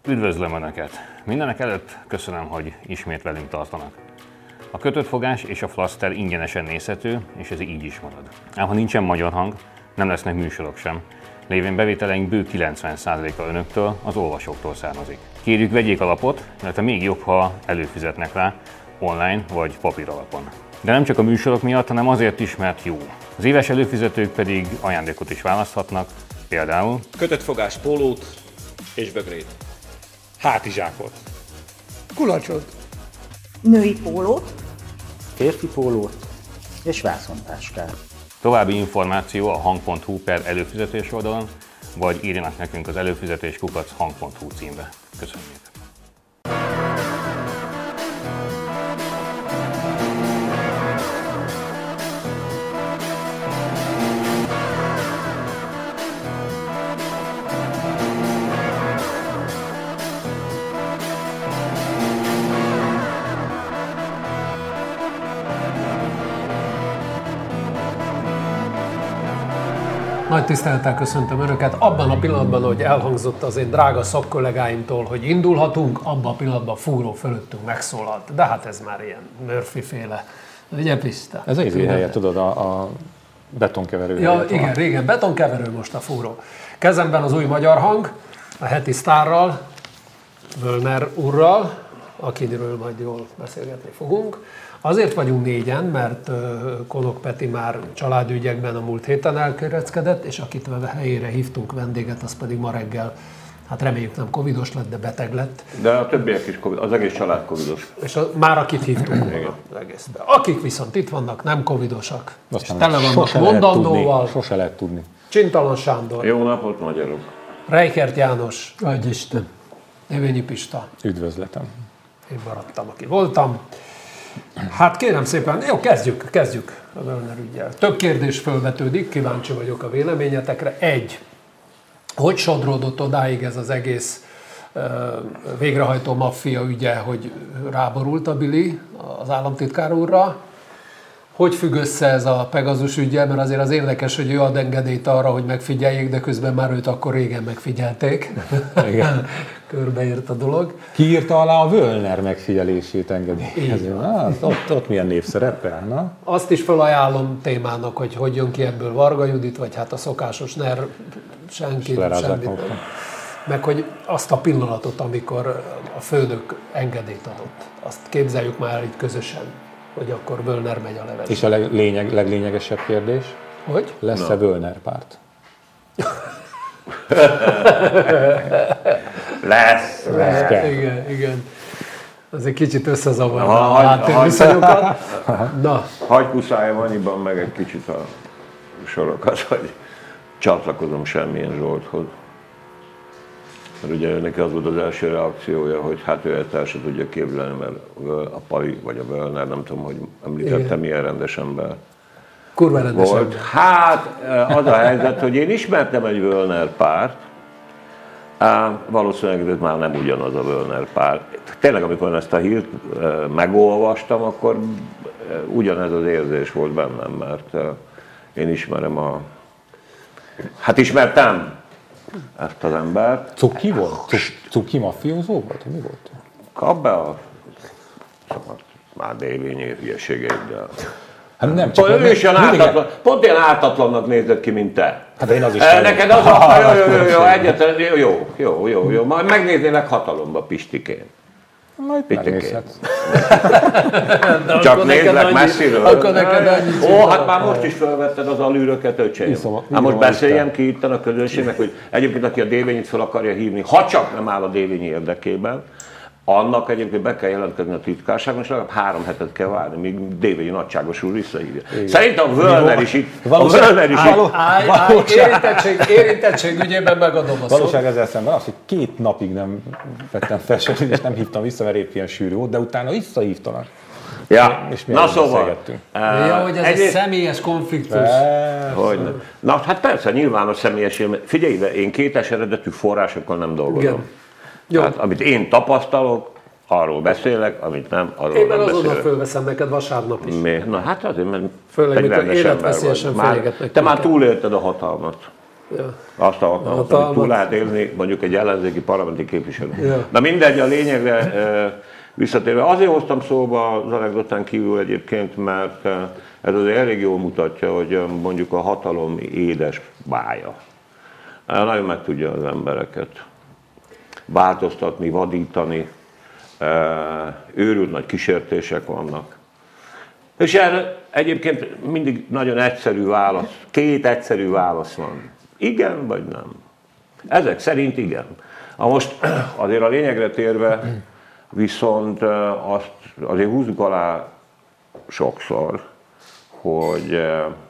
Üdvözlöm Önöket! Mindenek előtt köszönöm, hogy ismét velünk tartanak. A kötött fogás és a flaszter ingyenesen nézhető, és ez így is marad. Ám ha nincsen magyar hang, nem lesznek műsorok sem. Lévén bevételeink bő 90%-a Önöktől, az olvasóktól származik. Kérjük, vegyék a lapot, illetve még jobb, ha előfizetnek rá, online vagy papír alapon. De nem csak a műsorok miatt, hanem azért is, mert jó. Az éves előfizetők pedig ajándékot is választhatnak, például kötött fogás pólót és bögrét. Hátizsákot. Kulacsot. Női pólót. Férfi pólót és vászontáskát. további információ a hang.hu/előfizetés oldalon, vagy írjanak nekünk az előfizetés@hang.hu címre. Köszönjük! Nagy tisztelettel köszöntöm Önöket. Abban a pillanatban, hogy elhangzott az én drága szakkollégáimtól, hogy indulhatunk, abban a pillanatban fúró fölöttünk megszólalt. De hát ez már ilyen Murphy-féle. Ugye, Pista? Ez egy helye, tudod, a betonkeverő. Ja, igen, régen betonkeverő, most a fúró. Kezemben az új magyar hang, a heti sztárral, Völner úrral, akiről majd jól beszélgetni fogunk. Azért vagyunk négyen, mert Konok Peti már családügyekben a múlt héten elkereckedett, és akit a helyére hívtunk vendéget, az pedig ma reggel, hát reméljük nem covidos lett, de beteg lett. De a többiek is covid, az egész család covidos. És már akit hívtunk az egészben. Akik viszont itt vannak, nem covidosak, és tele vannak mondandóval. Sose lehet tudni. Csintalan Sándor. Jó napot, magyarok! Reikert János. Adj Isten. Évényi Pista. Üdvözletem. Én maradtam, aki voltam. Hát kérem szépen, jó, kezdjük a Völner üggyel. Több kérdés fölvetődik, kíváncsi vagyok a véleményetekre. Hogy sodródott odáig ez az egész végrehajtó maffia ügye, hogy ráborult a Billy az államtitkár úrra? Hogy függ össze ez a Pegazus ügye, mert azért az érdekes, hogy ő ad engedélyt arra, hogy megfigyeljék, de közben már őt akkor régen megfigyelték. Igen. Körbeért a dolog. Ki írta alá a Völner megfigyelését engedélyező? Ott milyen név szerepel, na? Azt is felajánlom témának, hogy jön ki ebből Varga Judit, vagy hát a szokásos NER senki, semmit. Meg hogy azt a pillanatot, amikor a főnök engedélyt adott, azt képzeljük már itt közösen, hogy akkor Völner megy a levelére. És a leglényegesebb kérdés? Hogy? Lesz-e Völner párt? Lesz! Igen. Az egy kicsit összezavarja a háttérviszonyokat. Na. Hagy kuszálja annyiban meg egy kicsit a sorokat, hogy csatlakozom Semmilyen Zsolthoz. Mert ugye neki az volt az első reakciója, hogy hát ő ezt el sem tudja képzelni, mert a Pali vagy a Völner, nem tudom, hogy említette, milyen rendes ember. Kurva rendes volt. Hát az a helyzet, hogy én ismertem egy Völner párt, valószínűleg ez már nem ugyanaz a Völner párt. Tényleg, amikor ezt a hírt megolvastam, akkor ugyanez az érzés volt bennem, mert én ismertem ezt az embert. Cuki volt? Cuki mafiózó volt? Mi volt? Kap be a... Már Dévényi hülyeségét, de... Hát nem, csak pont ilyen ártatlannak nézett ki, mint te. Hát én az is neked az a egyetlen, jó. Majd megnéznélek hatalomba, Pistikén. Majd megnézhetsz. Csak nézlek messziről. Akkor neked annyit. Hát már most is felvetted az alűröket, öcsém. Hát most beszéljem ki itt a közönségnek, hogy egyébként aki a Dévényit fel akarja hívni, ha csak nem áll a Dévényi érdekében, annak egyébként be kell jelentkezni a titkárságon, és legalább 3 hetet kell várni, míg Dévényi nagyságos úr visszahívja. Szerintem a Völner is itt. Érintettség ügyében megadom a szót. Valóság ezzel szemben az, hogy 2 napig nem vettem fel semmit, és nem hívtam vissza, mert épp ilyen sűrű volt, de utána visszahívtanak. Ja, és na szóval. Hogy ez egy személyes konfliktus. Na hát persze, nyilvános személyes élmény. Figyelj ide, én 2 eredetű forrásokkal nem dolgozom. Tehát, amit én tapasztalok, arról beszélek, amit nem, arról én nem beszélek. Én azonnal fölveszem neked vasárnap is. Na hát azért, mert főleg, mikor életveszélyesen fenyegetnek. Te már túlélted a hatalmat. Ja. Azt a hatalmat túl lehet élni mondjuk egy ellenzéki parlamenti képviselő. Ja. Na mindegy, a lényegre visszatérve. Azért hoztam szóba az anekdotán kívül egyébként, mert ez azért elég jól mutatja, hogy mondjuk a hatalom édes bája. Nagyon meg tudja az embereket változtatni, vadítani, őrült nagy kísértések vannak. És erre egyébként mindig nagyon egyszerű válasz, két egyszerű válasz van. Igen vagy nem? Ezek szerint igen. Most azért a lényegre térve viszont azt azért húzzuk alá sokszor, hogy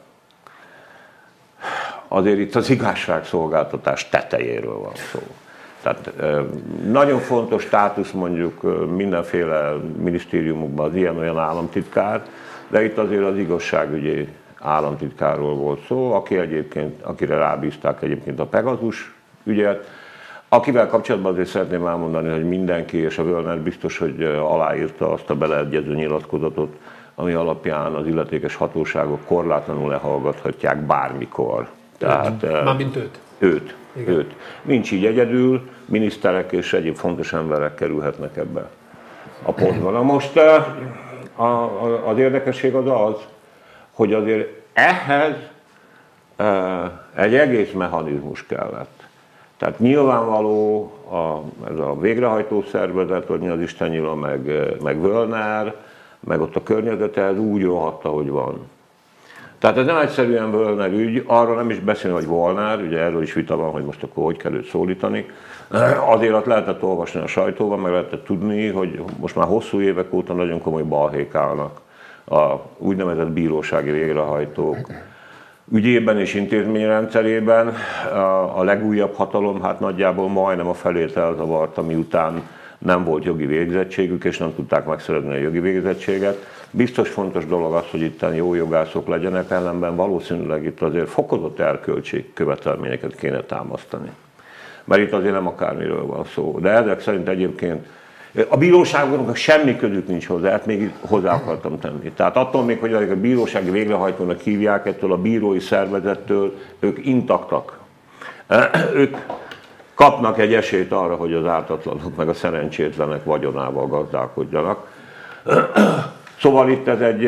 azért itt az igazságszolgáltatás tetejéről van szó. Tehát nagyon fontos státusz mondjuk mindenféle minisztériumokban az ilyen-olyan államtitkár, de itt azért az igazságügyi államtitkárról volt szó, akire rábízták egyébként a Pegasus ügyet, akivel kapcsolatban azért szeretném elmondani, hogy mindenki, és a Völner biztos, hogy aláírta azt a beleegyező nyilatkozatot, ami alapján az illetékes hatóságok korlátlanul lehallgathatják bármikor. Tehát, mármint őt. Őt. Nincs így egyedül, miniszterek és egyéb fontos emberek kerülhetnek ebbe a pontba. Na most az érdekesség az, hogy azért ehhez egy egész mechanizmus kellett. Tehát nyilvánvaló ez a végrehajtó szervezet, hogy mi az Isten nyila, meg Völner, meg ott a környezete, ez úgy rohadt, ahogy van. Tehát ez nem egyszerűen Völner ügy, arról nem is beszélni, hogy Volner, ugye erről is vita van, hogy most akkor hogy kell őt szólítani. Azért azt lehetett olvasni a sajtóban, meg lehetett tudni, hogy most már hosszú évek óta nagyon komoly balhék állnak a úgynevezett bírósági végrehajtók ügyében és intézményrendszerében. A legújabb hatalom hát nagyjából majdnem a felét elzavarta, miután nem volt jogi végzettségük, és nem tudták megszerezni a jogi végzettséget. Biztos fontos dolog az, hogy itt jó jogászok legyenek, ellenben valószínűleg itt azért fokozott erkölcsi követelményeket kéne támasztani. Mert itt azért nem akármiről van szó. De ezek szerint egyébként a bíróságoknak semmi közük nincs hozzá, ezt még hozzá akartam tenni. Tehát attól még, hogy a bírósági végrehajtónak hívják, ettől a bírói szervezettől ők intaktak. Ők kapnak egy esélyt arra, hogy az ártatlanok meg a szerencsétlenek vagyonával gazdálkodjanak. Szóval itt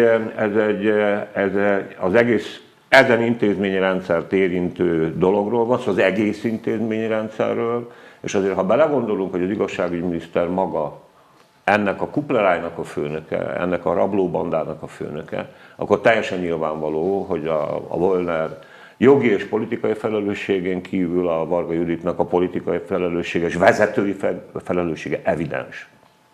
az egész ezen intézményi rendszert érintő dologról van, az egész intézményi rendszerről, és azért, ha belegondolunk, hogy az igazságügyminiszter maga ennek a kuplerájnak a főnöke, ennek a rablóbandának a főnöke, akkor teljesen nyilvánvaló, hogy a Völner jogi és politikai felelősségén kívül a Varga Juditnak a politikai felelőssége és vezetői felelőssége evidens.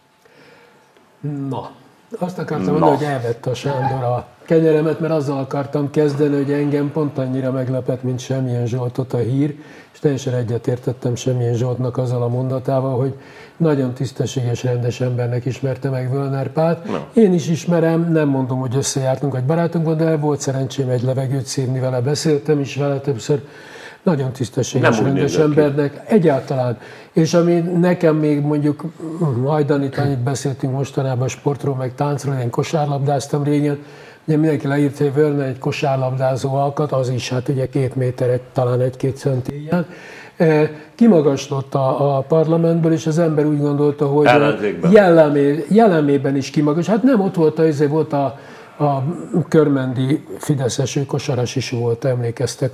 Na, azt akartam mondani, hogy elvette a Sándor a kenyeremet, mert azzal akartam kezdeni, hogy engem pont annyira meglepett, mint Semmilyen Zsoltot a hír, és teljesen egyetértettem Semmilyen Zsoltnak azzal a mondatával, hogy nagyon tisztességes, rendes embernek ismerte meg Völner Pált. No. Én is ismerem, nem mondom, hogy összejártunk, vagy barátunk van, de volt szerencsém egy levegőt szívni vele, beszéltem is vele többször. Nagyon tisztességes, rendes embernek egyáltalán. És ami nekem még mondjuk hajdanit, annyit beszéltünk mostanában sportról, meg táncról, én kosárlabdáztam régen, ugye mindenki leírt, hogy Völner egy kosárlabdázó alkat, az is hát ugye 2 méter, talán 1-2 centi ilyen. Kimagaslott a parlamentből, és az ember úgy gondolta, hogy jellemében is kimagas. Hát nem, ott volt a körmendi fideszes, kosaras is volt, emlékeztek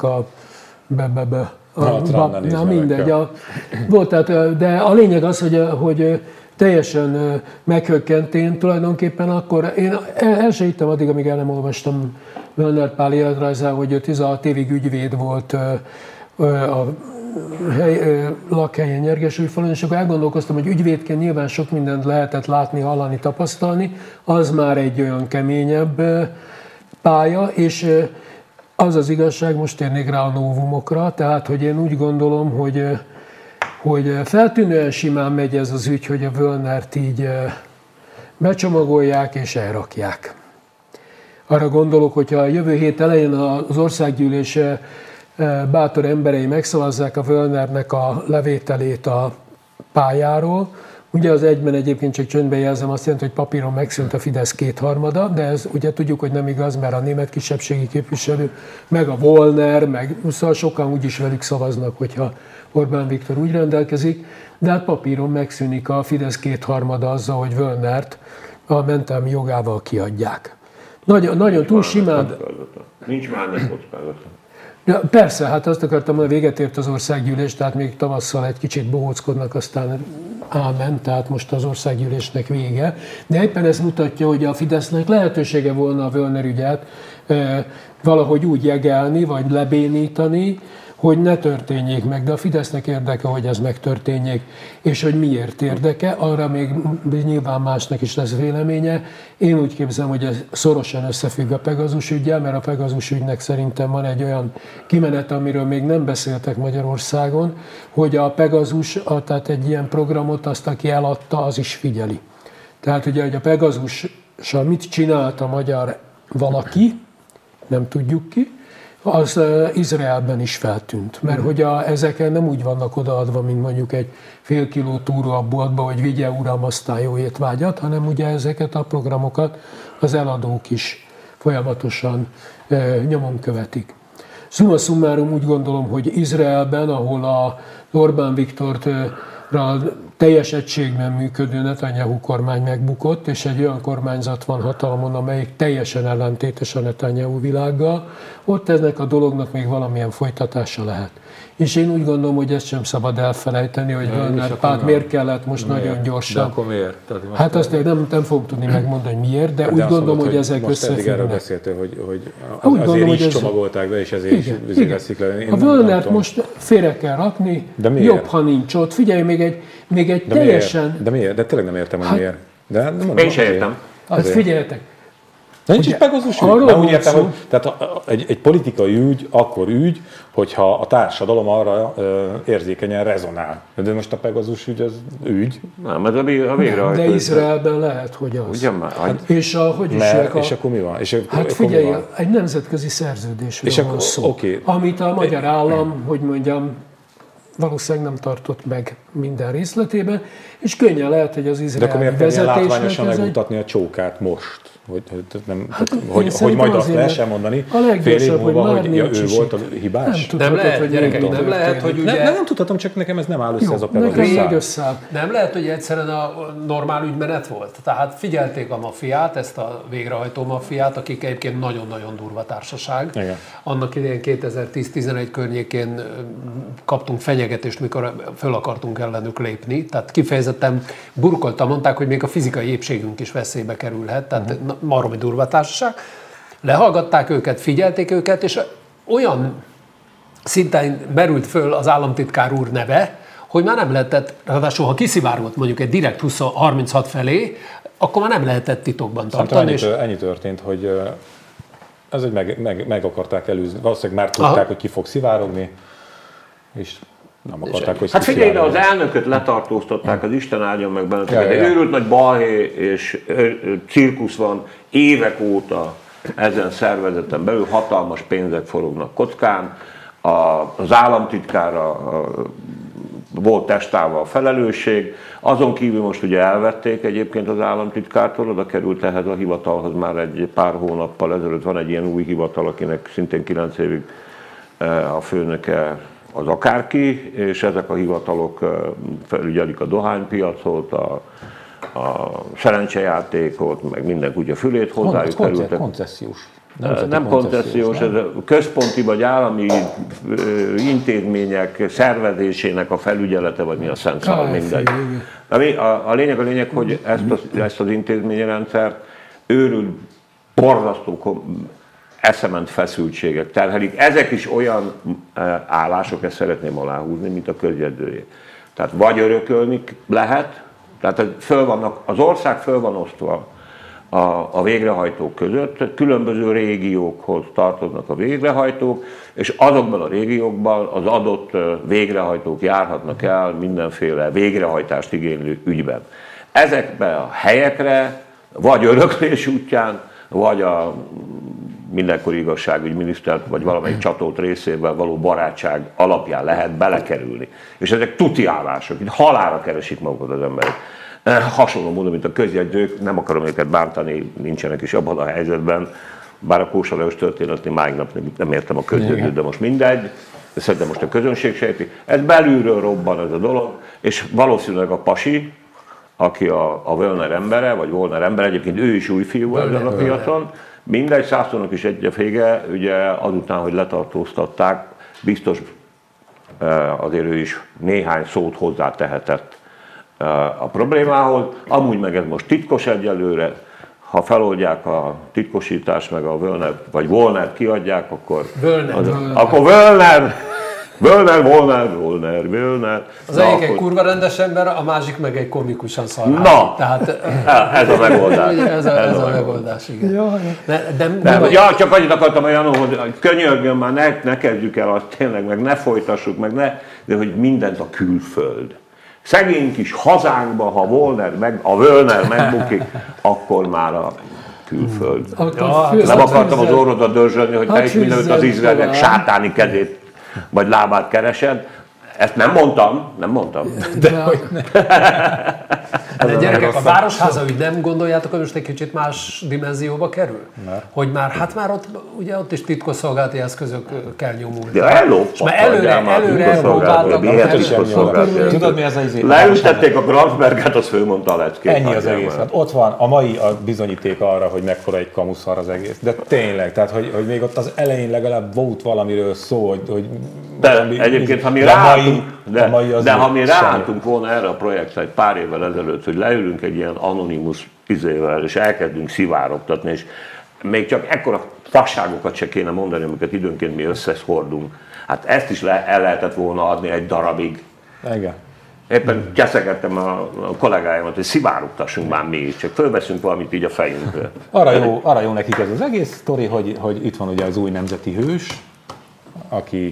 na mindegy. Volt, tehát, de a lényeg az, hogy teljesen meghökkent én tulajdonképpen akkor, én el se hittem addig, amíg el nem olvastam Völner Pál életrajzán, hogy ő 16 évig ügyvéd volt a lakhelyen Nyergesújfalun, és akkor elgondolkoztam, hogy ügyvédként nyilván sok mindent lehetett látni, hallani, tapasztalni, az már egy olyan keményebb pálya, és az az igazság, most térnék rá a novumokra, tehát hogy én úgy gondolom, hogy feltűnően simán megy ez az ügy, hogy a Völnert így becsomagolják és elrakják. Arra gondolok, hogyha a jövő hét elején az országgyűlés bátor emberei megszavazzák a Völnernek a levételét a pályáról, Ugye az egyben egyébként csak csöndben jelzem, azt jelenti, hogy papíron megszűnt a Fidesz kétharmada, de ez ugye tudjuk, hogy nem igaz, mert a német kisebbségi képviselő, meg a Wollner, meg szóval sokan úgyis velük szavaznak, hogyha Orbán Viktor úgy rendelkezik, de hát papíron megszűnik a Fidesz kétharmada azzal, hogy Wollnert a mentelmi jogával kiadják. Nagyon túl simán... Nincs már nem kockázata. Ja, persze, hát azt akartam, hogy véget ért az országgyűlés, tehát még tavasszal egy kicsit bohóckodnak, aztán ámen, tehát most az országgyűlésnek vége. De éppen ez mutatja, hogy a Fidesznek lehetősége volna a Wollner ügyet valahogy úgy jegelni, vagy lebénítani, hogy ne történjék meg, de a Fidesznek érdeke, hogy ez megtörténjék, és hogy miért érdeke, arra még nyilván másnak is lesz véleménye. Én úgy képzelem, hogy ez szorosan összefügg a Pegazus üggyel, mert a Pegazus ügynek szerintem van egy olyan kimenet, amiről még nem beszéltek Magyarországon, hogy a Pegazus, tehát egy ilyen programot, azt, aki eladta, az is figyeli. Tehát ugye, hogy a Pegazussal mit csinált a magyar valaki, nem tudjuk ki, az Izraelben is feltűnt. Mert hogy ezeken nem úgy vannak odaadva, mint mondjuk egy fél kiló túró a boltba, hogy vigye uram aztán jó étvágyat, hanem ugye ezeket a programokat az eladók is folyamatosan nyomon követik. Summa summarum úgy gondolom, hogy Izraelben, ahol a Orbán Viktort teljes egységben működő Netanyahu kormány megbukott, és egy olyan kormányzat van hatalmon, amelyik teljesen ellentétes a Netanyahu világgal, ott ennek a dolognak még valamilyen folytatása lehet. És én úgy gondolom, hogy ezt sem szabad elfelejteni, hogy Wollner párt miért kellett most nagyon gyorsan. De akkor miért? Hát azt nem fogom tudni megmondani, hogy miért, de úgy gondolom, hogy ezek összefüggnek. Most erről beszéltél, hogy azért is csomagolták be, és ezért is veszik le. A Wollnert most félre kell rakni, jobb, ha nincs ott. Figyelj, még egy teljesen... De miért? De tényleg nem értem, hogy miért. De én sem értem. Hát figyeljetek. De nincs is Pegazus ügy. Nem úgy értem, hogy tehát egy politikai ügy akkor ügy, hogyha a társadalom arra érzékenyen rezonál. De most a Pegazus ügy az ügy. Nem, ez a végrehajtó. De Izraelben lehet, hogy az. Ugyan már. Hát, és akkor mi van? Hát figyelj, egy nemzetközi szerződésről van szó, amit a magyar állam, hogy mondjam, valószínűleg nem tartott meg minden részletében, és könnyen lehet, hogy az izraeli vezetésnek... De akkor miért látványosan megmutatni a csókát most? Hogy majd azt lehessen mondani fél év múlva, hogy ő volt a hibás? Nem lehet, hogy gyerekek, nem lehet, hogy ugye... Nem tudhatom, csak nekem ez nem áll össze ez a Pegazus. Nem lehet, hogy egyszerűen a normál ügymenet volt. Tehát figyelték a maffiát, ezt a végrehajtó maffiát, akik egyébként nagyon-nagyon durva társaság. Igen. Annak idején 2010-11 környékén kaptunk fenyegetést, mikor föl akartunk ellenük lépni. Tehát kifejezetten burkoltan mondták, hogy még a fizikai épségünk is veszélybe kerülhet. Tehát maromi durva társaság. Lehallgatták őket, figyelték őket, és olyan szinten merült föl az államtitkár úr neve, hogy már nem lehetett, ráadásul ha kiszivárgott mondjuk egy direkt 36 felé, akkor már nem lehetett titokban tartani. Ennyi történt, hogy ez meg akarták előzni. Valószínűleg már tudták, hogy ki fog szivárogni, és nem akarták, hogy hát figyelj, de az elnököt letartóztatták, az Isten áldjon meg benneteket. Egy őrült nagy balhé és cirkusz van évek óta ezen szervezeten belül, hatalmas pénzek forognak kockán, az államtitkára volt testálva a felelősség, azon kívül most ugye elvették egyébként az államtitkártól, oda került ehhez a hivatalhoz már egy pár hónappal ezelőtt, van egy ilyen új hivatal, akinek szintén 9 évig a főnöke az akárki, és ezek a hivatalok felügyelik a dohánypiacot, a szerencsejátékot, meg minden kutya fülét hozzájuk kerültek. Koncessziós. Nem koncesziós, ez a központi vagy állami intézmények szervezésének a felügyelete, vagy mi a szent szal, mindegy. A lényeg, hogy ezt az intézményrendszert őrült, borzasztó eszement feszültségek terhelik. Ezek is olyan állások, ezt szeretném aláhúzni, mint a közjegyzőjé. Tehát vagy örökölni lehet, tehát az ország föl van osztva a végrehajtók között, különböző régiókhoz tartoznak a végrehajtók, és azokban a régiókban az adott végrehajtók járhatnak el mindenféle végrehajtást igénylő ügyben. Ezekbe a helyekre vagy öröklés útján, vagy a mindenkori igazságügyminisztert, vagy valamelyik csatolt részével való barátság alapján lehet belekerülni. És ezek tuti állások, itt halálra keresik magukat az emberek. Hasonló módon, mint a közjegyzők, nem akarom őket bántani, nincsenek is abban a helyzetben, bár a Kósa Lajos történetén máig nap nem értem a közjegyzőt, de most mindegy. De szerintem most a közönség sejti. Ez belülről robban ez a dolog, és valószínűleg a pasi, aki a Völner embere, vagy Volner ember, egyébként ő is új fiú ezen a piacon, mindegy, Szászlónak is egy vége, ugye azután, hogy letartóztatták, biztos azért ő is néhány szót hozzátehetett a problémához. Amúgy meg ez most titkos egyelőre, ha feloldják a titkosítást, meg a Völner, vagy Volnert kiadják, akkor Völner. Az egyik egy kurva rendes ember, a másik meg egy komikusan szarvás. Na, tehát ez a megoldás. ez a megoldás, igen. Csak annyit akartam olyan, hogy könyörgöm már, ne kezdjük el azt tényleg, meg ne folytassuk, de hogy mindent a külföld. Szegény kis hazánkban, ha a Völner megbukik, akkor már a külföld. Nem akartam az orrodat dörzsölni, hogy te is mindenütt az izraelek sátáni kezét vagy lábát keresed. Ezt nem mondtam. De gyerekek, a Városháza ügy, nem gondoljátok, hogy most egy kicsit más dimenzióba kerül? Hogy már ott is titkosszolgálati eszközök kell nyomulni. De elloptak. Előre elpróbáltak. Tudod, mi az az izé? Leültették a Gransberget, az fölmondta a leckét. Ennyi az egész. Hát ott van a mai bizonyíték arra, hogy mekkora egy kamuszar az egész. De tényleg, tehát hogy még ott az elején legalább volt valamiről szó, hogy de egyébként, ha mi ráálltunk volna erre a projektre egy pár évvel ezelőtt, hogy leülünk egy ilyen anonimus izével, és elkezdünk szivárogtatni, és még csak ekkora fasságokat se kéne mondani, amiket időnként mi összehordunk. Hát ezt is el lehetett volna adni egy darabig. Igen. Éppen keszegettem a kollégáimat, hogy szivárogtassunk már mi is, csak fölveszünk valamit így a fejünkre. Arra jó nekik ez az egész sztori, hogy itt van ugye az új nemzeti hős, aki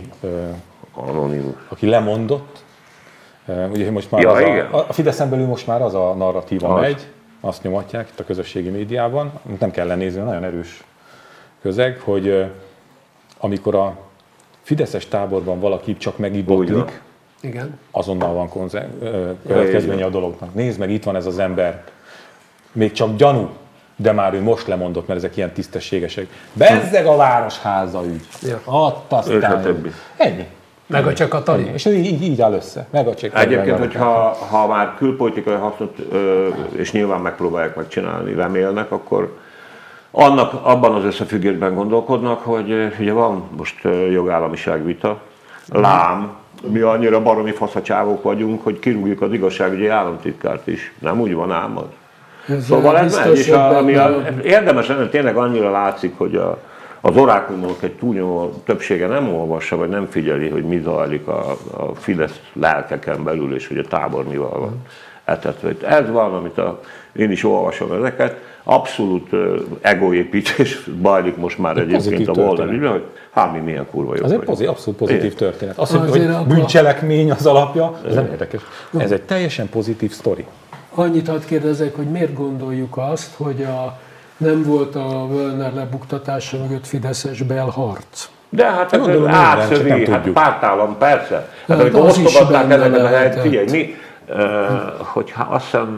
lemondott. Ugye most már a Fideszen belül most már az a narratíva megy, azt nyomatják itt a közösségi médiában, nem kell lenézni, nagyon erős közeg, hogy amikor a fideszes táborban valaki csak megibotlik, azonnal van következménye a dolognak. Nézd meg, itt van ez az ember, még csak gyanú, de már ő most lemondott, mert ezek ilyen tisztességesek. Bezzeg a Városháza ügy. Ott aztán. Ennyi. Meg a Csakatali. És így áll össze. Egyébként, hogyha már külpolitikai hasznot, és nyilván megpróbálják megcsinálni, remélnek, akkor abban az összefüggésben gondolkodnak, hogy ugye van most jogállamiság vita, lám, mi annyira baromi faszacsávok vagyunk, hogy kirúgjuk az igazságügyi államtitkárt is. Nem úgy van ám az? Szóval ez megy, és érdemes lenne, tényleg annyira látszik, hogy az orákulumok egy túlnyomó többsége nem olvassa, vagy nem figyeli, hogy mi zajlik a Fidesz lelkeken belül, és hogy a tábor mivel van etetve. Ez van, amit én is olvasom ezeket. Abszolút egoépítés bajlik most már egyébként a Volner ügyben, hogy mi milyen kurva jó. Ez egy abszolút pozitív történet. Az, hogy bűncselekmény az alapja, ez nem érdekes. Ez egy teljesen pozitív sztori. Annyit hadd kérdezzek, hogy miért gondoljuk azt, hogy nem volt a Völner lebuktatása mögött fideszes belharc? De hát ez átszövi, pártállam, persze. Hát amikor osztogatták ezeket a helyet, figyelj, hogyha azt hiszem,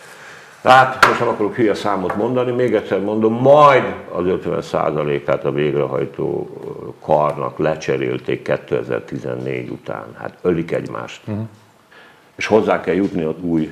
most nem akarok hülye számot mondani, még egyszer mondom, majd az 50%-át a végrehajtó karnak lecserélték 2014 után. Hát ölik egymást. És hozzá kell jutni az új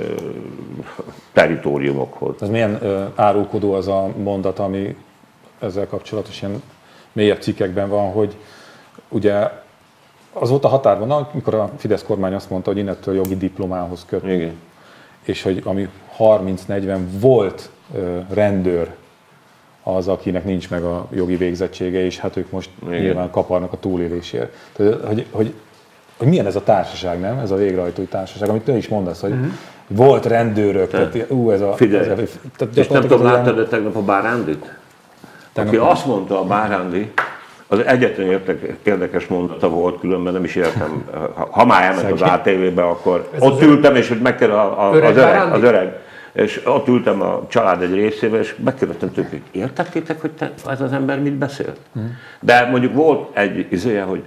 teritoriumokhoz. Ez milyen árulkodó az a mondat, ami ezzel kapcsolatos ilyen mélyebb cikkekben van, hogy ugye az volt a határvonal, amikor a Fidesz kormány azt mondta, hogy innettől jogi diplomához köt. Igen. És hogy ami 30-40 volt rendőr az, akinek nincs meg a jogi végzettsége, és hát ők most nyilván kaparnak a túlélésért. Tehát, hogy milyen ez a társaság, nem? Ez a végrehajtói társaság, amit te is mondasz, hogy volt rendőrök, tehát ez a... Figyelj, és nem tudom, láttad de tegnap a Bárándit? Aki azt mondta a Bárándi, az egyetlen érdekes mondata volt, különben nem is értem. Ha már elment az ATV-be, akkor ott ültem, és hogy megkérdezte az öreg. És ott ültem a család egy részével, és megkérdeztem tőlük, hogy értettétek, hogy ez az ember mit beszélt? De mondjuk volt egy izéje, hogy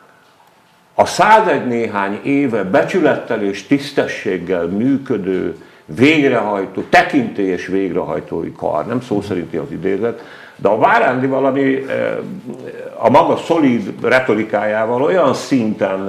a 101 néhány éve becsülettel és tisztességgel működő végrehajtó, tekintélyes végrehajtói kar, nem szó szerinti az idézet, de a Várándy valami a maga szolid retorikájával olyan szinten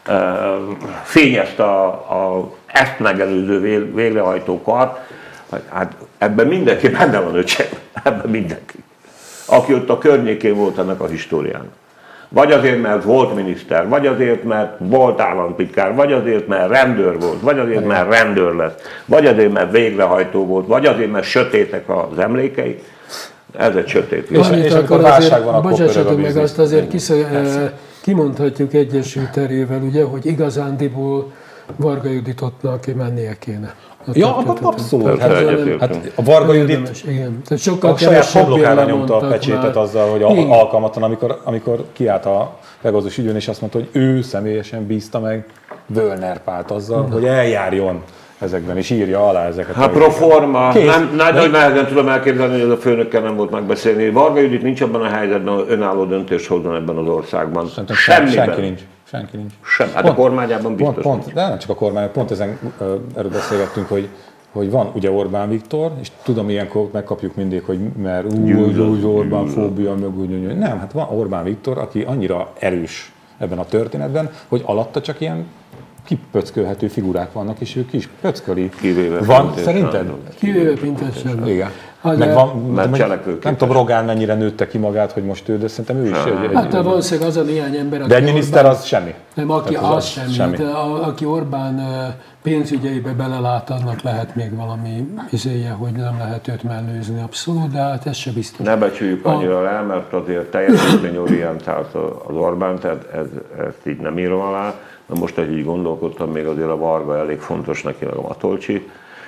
fényezte ezt megelőző végrehajtó kart, hogy hát ebben mindenki benne van, öcsém, ebben mindenki. Aki ott a környékén volt ennek a históriának. Vagy azért, mert volt miniszter, vagy azért, mert volt államtitkár, vagy azért, mert rendőr volt, vagy azért, mert rendőr lesz, vagy azért, mert végrehajtó volt, vagy azért, mert sötétek az emlékei. Ez egy sötét. És akkor válság van, akkor bocsássatok meg, azt azért kimondhatjuk egyesült erővel, ugye, hogy igazándiból Varga Judittnak mennie kéne. Ja, abszolút. Hát a Varga Judit sokkal a saját homlokára nyomta a pecsétet azzal, hogy alkalmatlan, amikor kiállt a Pegazus ügyön, és azt mondta, hogy ő személyesen bízta meg Völner Pált azzal, hogy eljárjon ezekben, és írja alá ezeket. Hát proforma, nagyon nehezen tudom elképzelni, hogy ez a főnökkel nem volt megbeszélni. Varga Judit nincs abban a helyzetben, hogy önálló döntést hozzon ebben az országban. Senki nincs. Hát a kormányában biztos pont, de nem csak a kormány, pont erről beszélgettünk, hogy van ugye Orbán Viktor, és tudom, ilyenkor megkapjuk mindig, hogy mert úgy Orbán fóbia, meg úgy. Nem, hát van Orbán Viktor, aki annyira erős ebben a történetben, hogy alatta csak ilyen kipöckölhető figurák vannak, és ő kis pöcköli. Van, szerinted? Kivéve Pintessen. Igen. Meg van, nem tudom, Rogán mennyire nőtte ki magát, hogy most ő, de szerintem ő is egy... Hát valószínűleg az a néhány ember, de egy miniszter az semmi. Nem, aki az semmi. De aki Orbán pénzügyeibe belelát, annak lehet még valami izéje, hogy nem lehet őt mellőzni abszolút, de hát ez se biztos. Ne becsüljük annyira le, mert azért teljesítményorientált az Orbán, tehát ezt így nem írom alá. Na most, hogy így gondolkodtam, még azért a Varga elég fontos neki, meg a Matolcsi.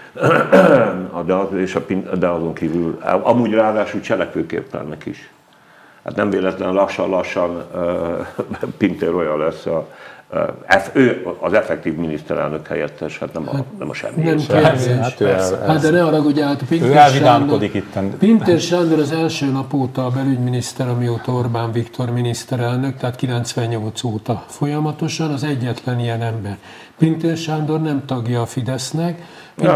De azon kívül, amúgy ráadásul cselekvőképtelnek is. Hát nem véletlen lassan Pintér olyan lesz, ő az effektív miniszterelnök helyettes, hát nem a semmi. Nem hát de ne haragudj, hát Pintér Sándor az első nap óta a belügyminiszter, amióta Orbán Viktor miniszterelnök, tehát 98 óta folyamatosan az egyetlen ilyen ember. Pintér Sándor nem tagja a Fidesznek.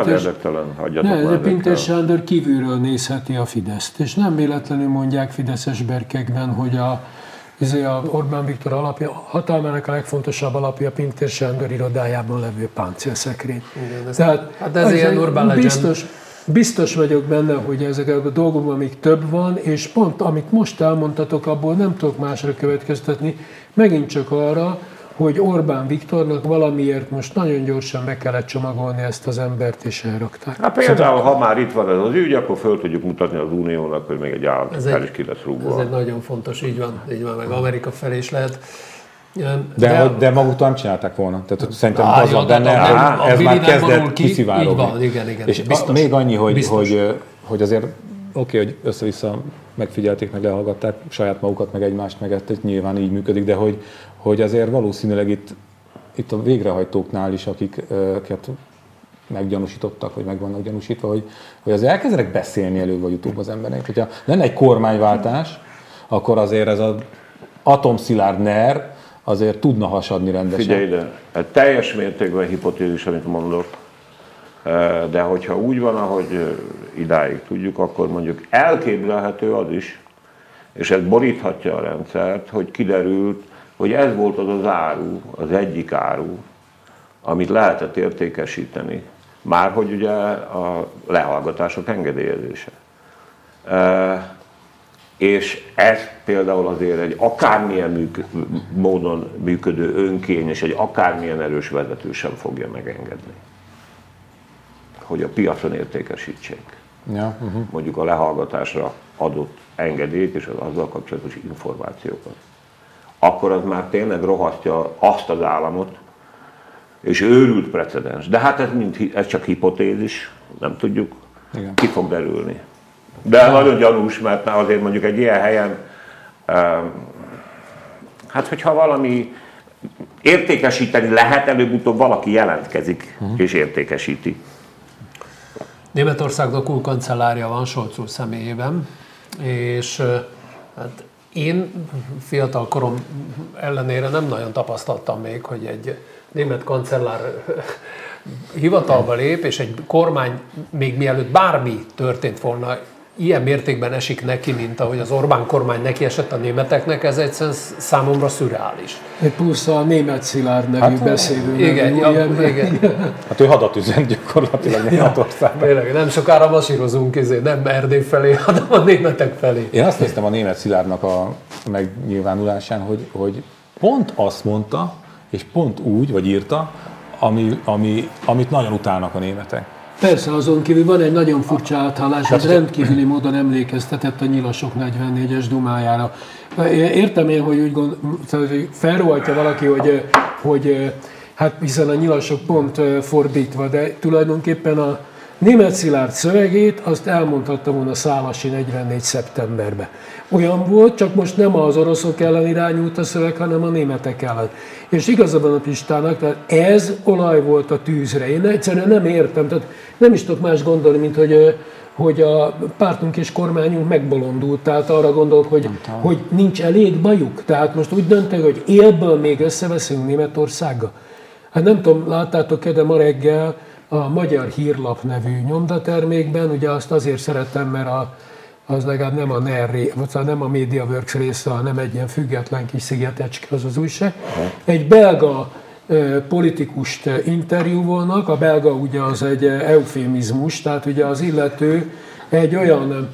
Pintér Sándor kívülről nézheti a Fideszt, és nem véletlenül mondják fideszes berkekben, hogy a Orbán Viktor alapja, hatalmának a legfontosabb alapja Pintér Sándor irodájában levő páncélszekrény. Tehát ez ilyen Orbán biztos vagyok benne, hogy ezek a dolgokban még több van, és pont amit most elmondtatok, abból nem tudok másra következtetni, megint csak arra, hogy Orbán Viktornak valamiért most nagyon gyorsan be kellett csomagolni ezt az embert, és elrakták. Hát például, ha már itt van ez az ügy, akkor föl tudjuk mutatni az Uniónak, hogy még egy államtitkár is ki lesz rúgva. Ez egy nagyon fontos, így van, meg Amerika felé is lehet. De maguktól nem csinálták volna. Tehát szerintem az van benne, ez már kezdett kiszivárogni. Igen, és biztos, még annyi, hogy azért oké, hogy össze-vissza megfigyelték, meg lehallgatták saját magukat, meg egymást, meg ezt nyilván így működik, de hogy azért valószínűleg itt a végrehajtóknál is, akiket meggyanúsítottak, vagy meg vannak gyanúsítva, hogy azért elkezdenek beszélni előbb vagy utóbb az emberek. Hogyha lenne egy kormányváltás, akkor azért ez az atomszilárd NER azért tudna hasadni rendesen. Figyelj ide, teljes mértékben hipotézis, amit mondok, de hogyha úgy van, ahogy idáig tudjuk, akkor mondjuk elképzelhető az is, és ez boríthatja a rendszert, hogy kiderült, hogy ez volt az áru, az egyik áru, amit lehetett értékesíteni. Márhogy ugye a lehallgatások engedélyezése. És ez például azért egy akármilyen módon működő önkény, és egy akármilyen erős vezető sem fogja megengedni, hogy a piacon értékesítsék. Ja, mondjuk a lehallgatásra adott engedélyt és az azzal kapcsolatos információkat. Akkor az már tényleg rohasztja azt az államot, és őrült precedens. De hát ez csak hipotézis, nem tudjuk, igen, ki fog derülni. De nagyon gyanús, mert azért mondjuk egy ilyen helyen, hát hogyha valami értékesíteni lehet, előbb-utóbb valaki jelentkezik és értékesíti. Németországnak külkancellárja van Scholz úr személyében, és hát én fiatal korom ellenére nem nagyon tapasztaltam még, hogy egy német kancellár hivatalba lép, és egy kormány még mielőtt bármi történt volna, ilyen mértékben esik neki, mint ahogy az Orbán kormány neki esett a németeknek, ez egyszerűen számomra szürreális. Plusz a német Szilárd nevű beszélő. Igen. Hát ő hadat üzent gyakorlatilag Németországban. Tényleg, nem sokára masírozunk, nem Erdély felé, hanem a németek felé. Én azt néztem a német Szilárdnak a megnyilvánulásán, hogy pont azt mondta, és pont úgy, vagy írta, amit nagyon utálnak a németek. Persze, azon kívül van egy nagyon furcsa áthallás, ez rendkívüli módon emlékeztetett a Nyilasok 44-es dumájára. Értem én, hogy úgy felrohajtja valaki, hogy hát hiszen a Nyilasok pont fordítva, de tulajdonképpen a német Szilárd szövegét azt elmondhatta volna Szálasi 44. szeptemberben. Olyan volt, csak most nem az oroszok ellen irányult a szöveg, hanem a németek ellen. És igaza van a Pistának, tehát ez olaj volt a tűzre. Én egyszerűen nem értem, tehát nem is tudok más gondolni, mint hogy a pártunk és kormányunk megbolondult, tehát arra gondolok, hogy nincs elég bajuk. Tehát most úgy döntek, hogy élből még összeveszünk Németországgal. Hát nem tudom, láttátok-e, de ma reggel a Magyar Hírlap nevű nyomdatermékben, ugye azt azért szeretem, mert az legalább nem a NER, vagy nem a MediaWorks része, hanem egy ilyen független kis szigetecske az újság. Egy belga politikust interjúvolnak, a belga ugye az egy eufémizmus, tehát ugye az illető egy olyan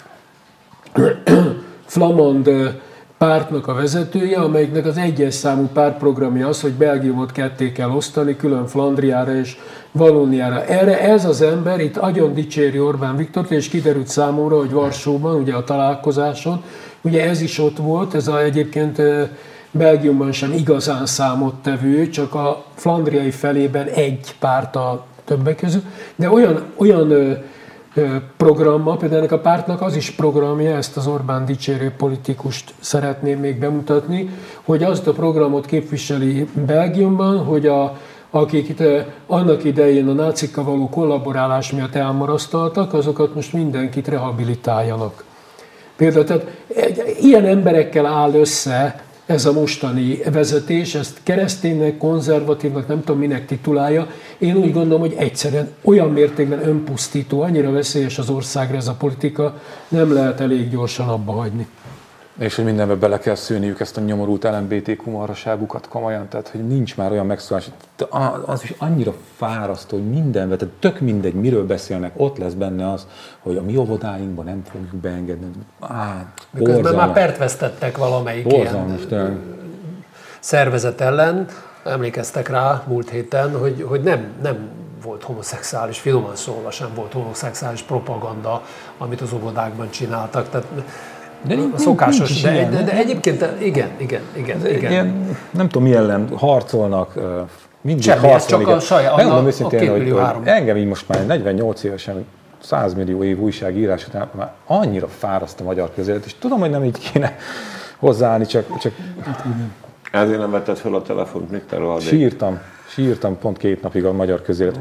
flamand pártnak a vezetője, amelyiknek az egyes számú pártprogramja az, hogy Belgiumot ketté kell osztani, külön Flandriára és Valóniára. Erre ez az ember itt agyon dicséri Orbán Viktort, és kiderült számomra, hogy Varsóban, ugye a találkozáson, ugye ez is ott volt, ez egyébként Belgiumban sem igazán számottevő, csak a flandriai felében egy párt a többek közül, de olyan programma, például ennek a pártnak az is programja, ezt az Orbán dicsérő politikust szeretném még bemutatni, hogy azt a programot képviseli Belgiumban, hogy akik itt annak idején a nácikkal való kollaborálás miatt elmarasztaltak, azokat most mindenkit rehabilitáljanak. Például tehát ilyen emberekkel áll össze ez a mostani vezetés, ezt kereszténynek, konzervatívnak, nem tudom minek titulálja. Én úgy gondolom, hogy egyszerűen olyan mértékben önpusztító, annyira veszélyes az országra ez a politika, nem lehet elég gyorsan abba hagyni. És hogy mindenbe bele kell szőniük ezt a nyomorult LMBTQ marhaságukat komolyan, tehát hogy nincs már olyan megszólás. Az is annyira fárasztó, hogy mindenbe, tehát tök mindegy, miről beszélnek, ott lesz benne az, hogy a mi óvodáinkban nem fogjuk beengedni. Miközben már pert vesztettek valamelyik ilyen szervezet ellen, emlékeztek rá múlt héten, hogy nem volt homoszexuális, finoman szólva sem volt homoszexuális propaganda, amit az óvodákban csináltak. Tehát de szokásos, de egyébként igen. Ilyen, nem tudom mi ellen harcolnak, mindig semmi, harcolnak. Csak a saját, megmondom őszintén, hogy engem így most már 48 évesen, 100 millió év újságírás után már annyira fáraszt a magyar közélet, és tudom, hogy nem így kéne hozzáállni, csak... Ezért nem vetted fel a telefont, mit te rohadék? Sírtam pont 2 napig a magyar közélet.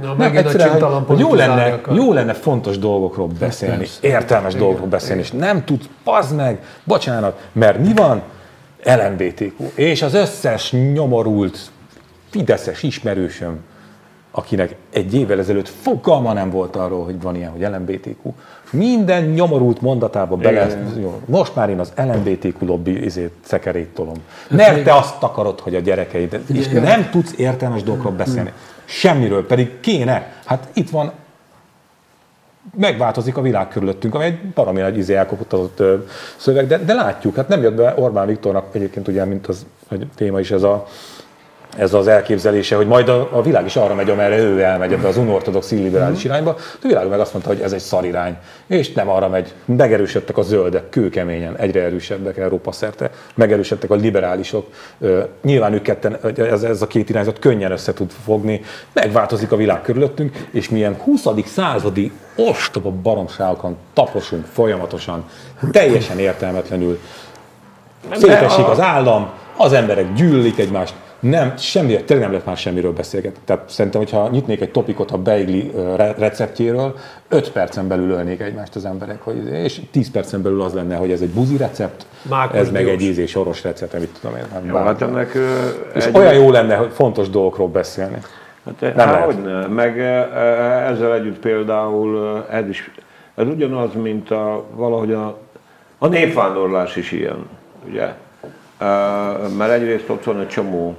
Jó lenne fontos dolgokról beszélni, értelmes dolgokról beszélni, és nem tudsz, pazd meg, bocsánat, mert mi van? LMBTQ. És az összes nyomorult fideszes ismerősöm, akinek egy évvel ezelőtt fogalma nem volt arról, hogy van ilyen, hogy LMBTQ. Minden nyomorult mondatába bele... Most már én az LMBTQ lobby szekerét tolom. Mert te azt akarod, hogy a gyerekeid... És nem tudsz értelmes dolgokról beszélni. Semmiről, pedig kéne. Hát itt van... Megváltozik a világ körülöttünk, ami egy baromi nagy elkopottatott szöveg, de látjuk, hát nem jött be Orbán Viktornak egyébként ugye, mint az téma is ez az elképzelése, hogy majd a világ is arra megy, amerre ő elmegy ebbe az unortodox illiberális irányba, de a világ meg azt mondta, hogy ez egy szarirány, és nem arra megy. Megerősödtek a zöldek, kőkeményen, egyre erősebbek Európa szerte, megerősödtek a liberálisok, nyilván ők ketten, ez a két irányzat könnyen össze tud fogni, megváltozik a világ körülöttünk, és milyen 20. századi ostoba baromságokon taposunk folyamatosan, teljesen értelmetlenül. Szétesik az állam, az emberek gyűlölik egymást, Nem, tényleg nem lehet már semmiről beszélgetni. Tehát szerintem, hogyha nyitnék egy topikot a beigli receptjéről, 5 percen belül ölnék egymást az emberek, és 10 percen belül az lenne, hogy ez egy buzi recept, ez meg egy ízés soros recept, amit tudom én. Hát ennek, és olyan jó lenne, hogy fontos dolgokról beszélni. Hát hogyne. Meg ezzel együtt például ez ugyanaz, mint valahogy a népvándorlás is ilyen, ugye? Mert egyrészt ott van egy csomó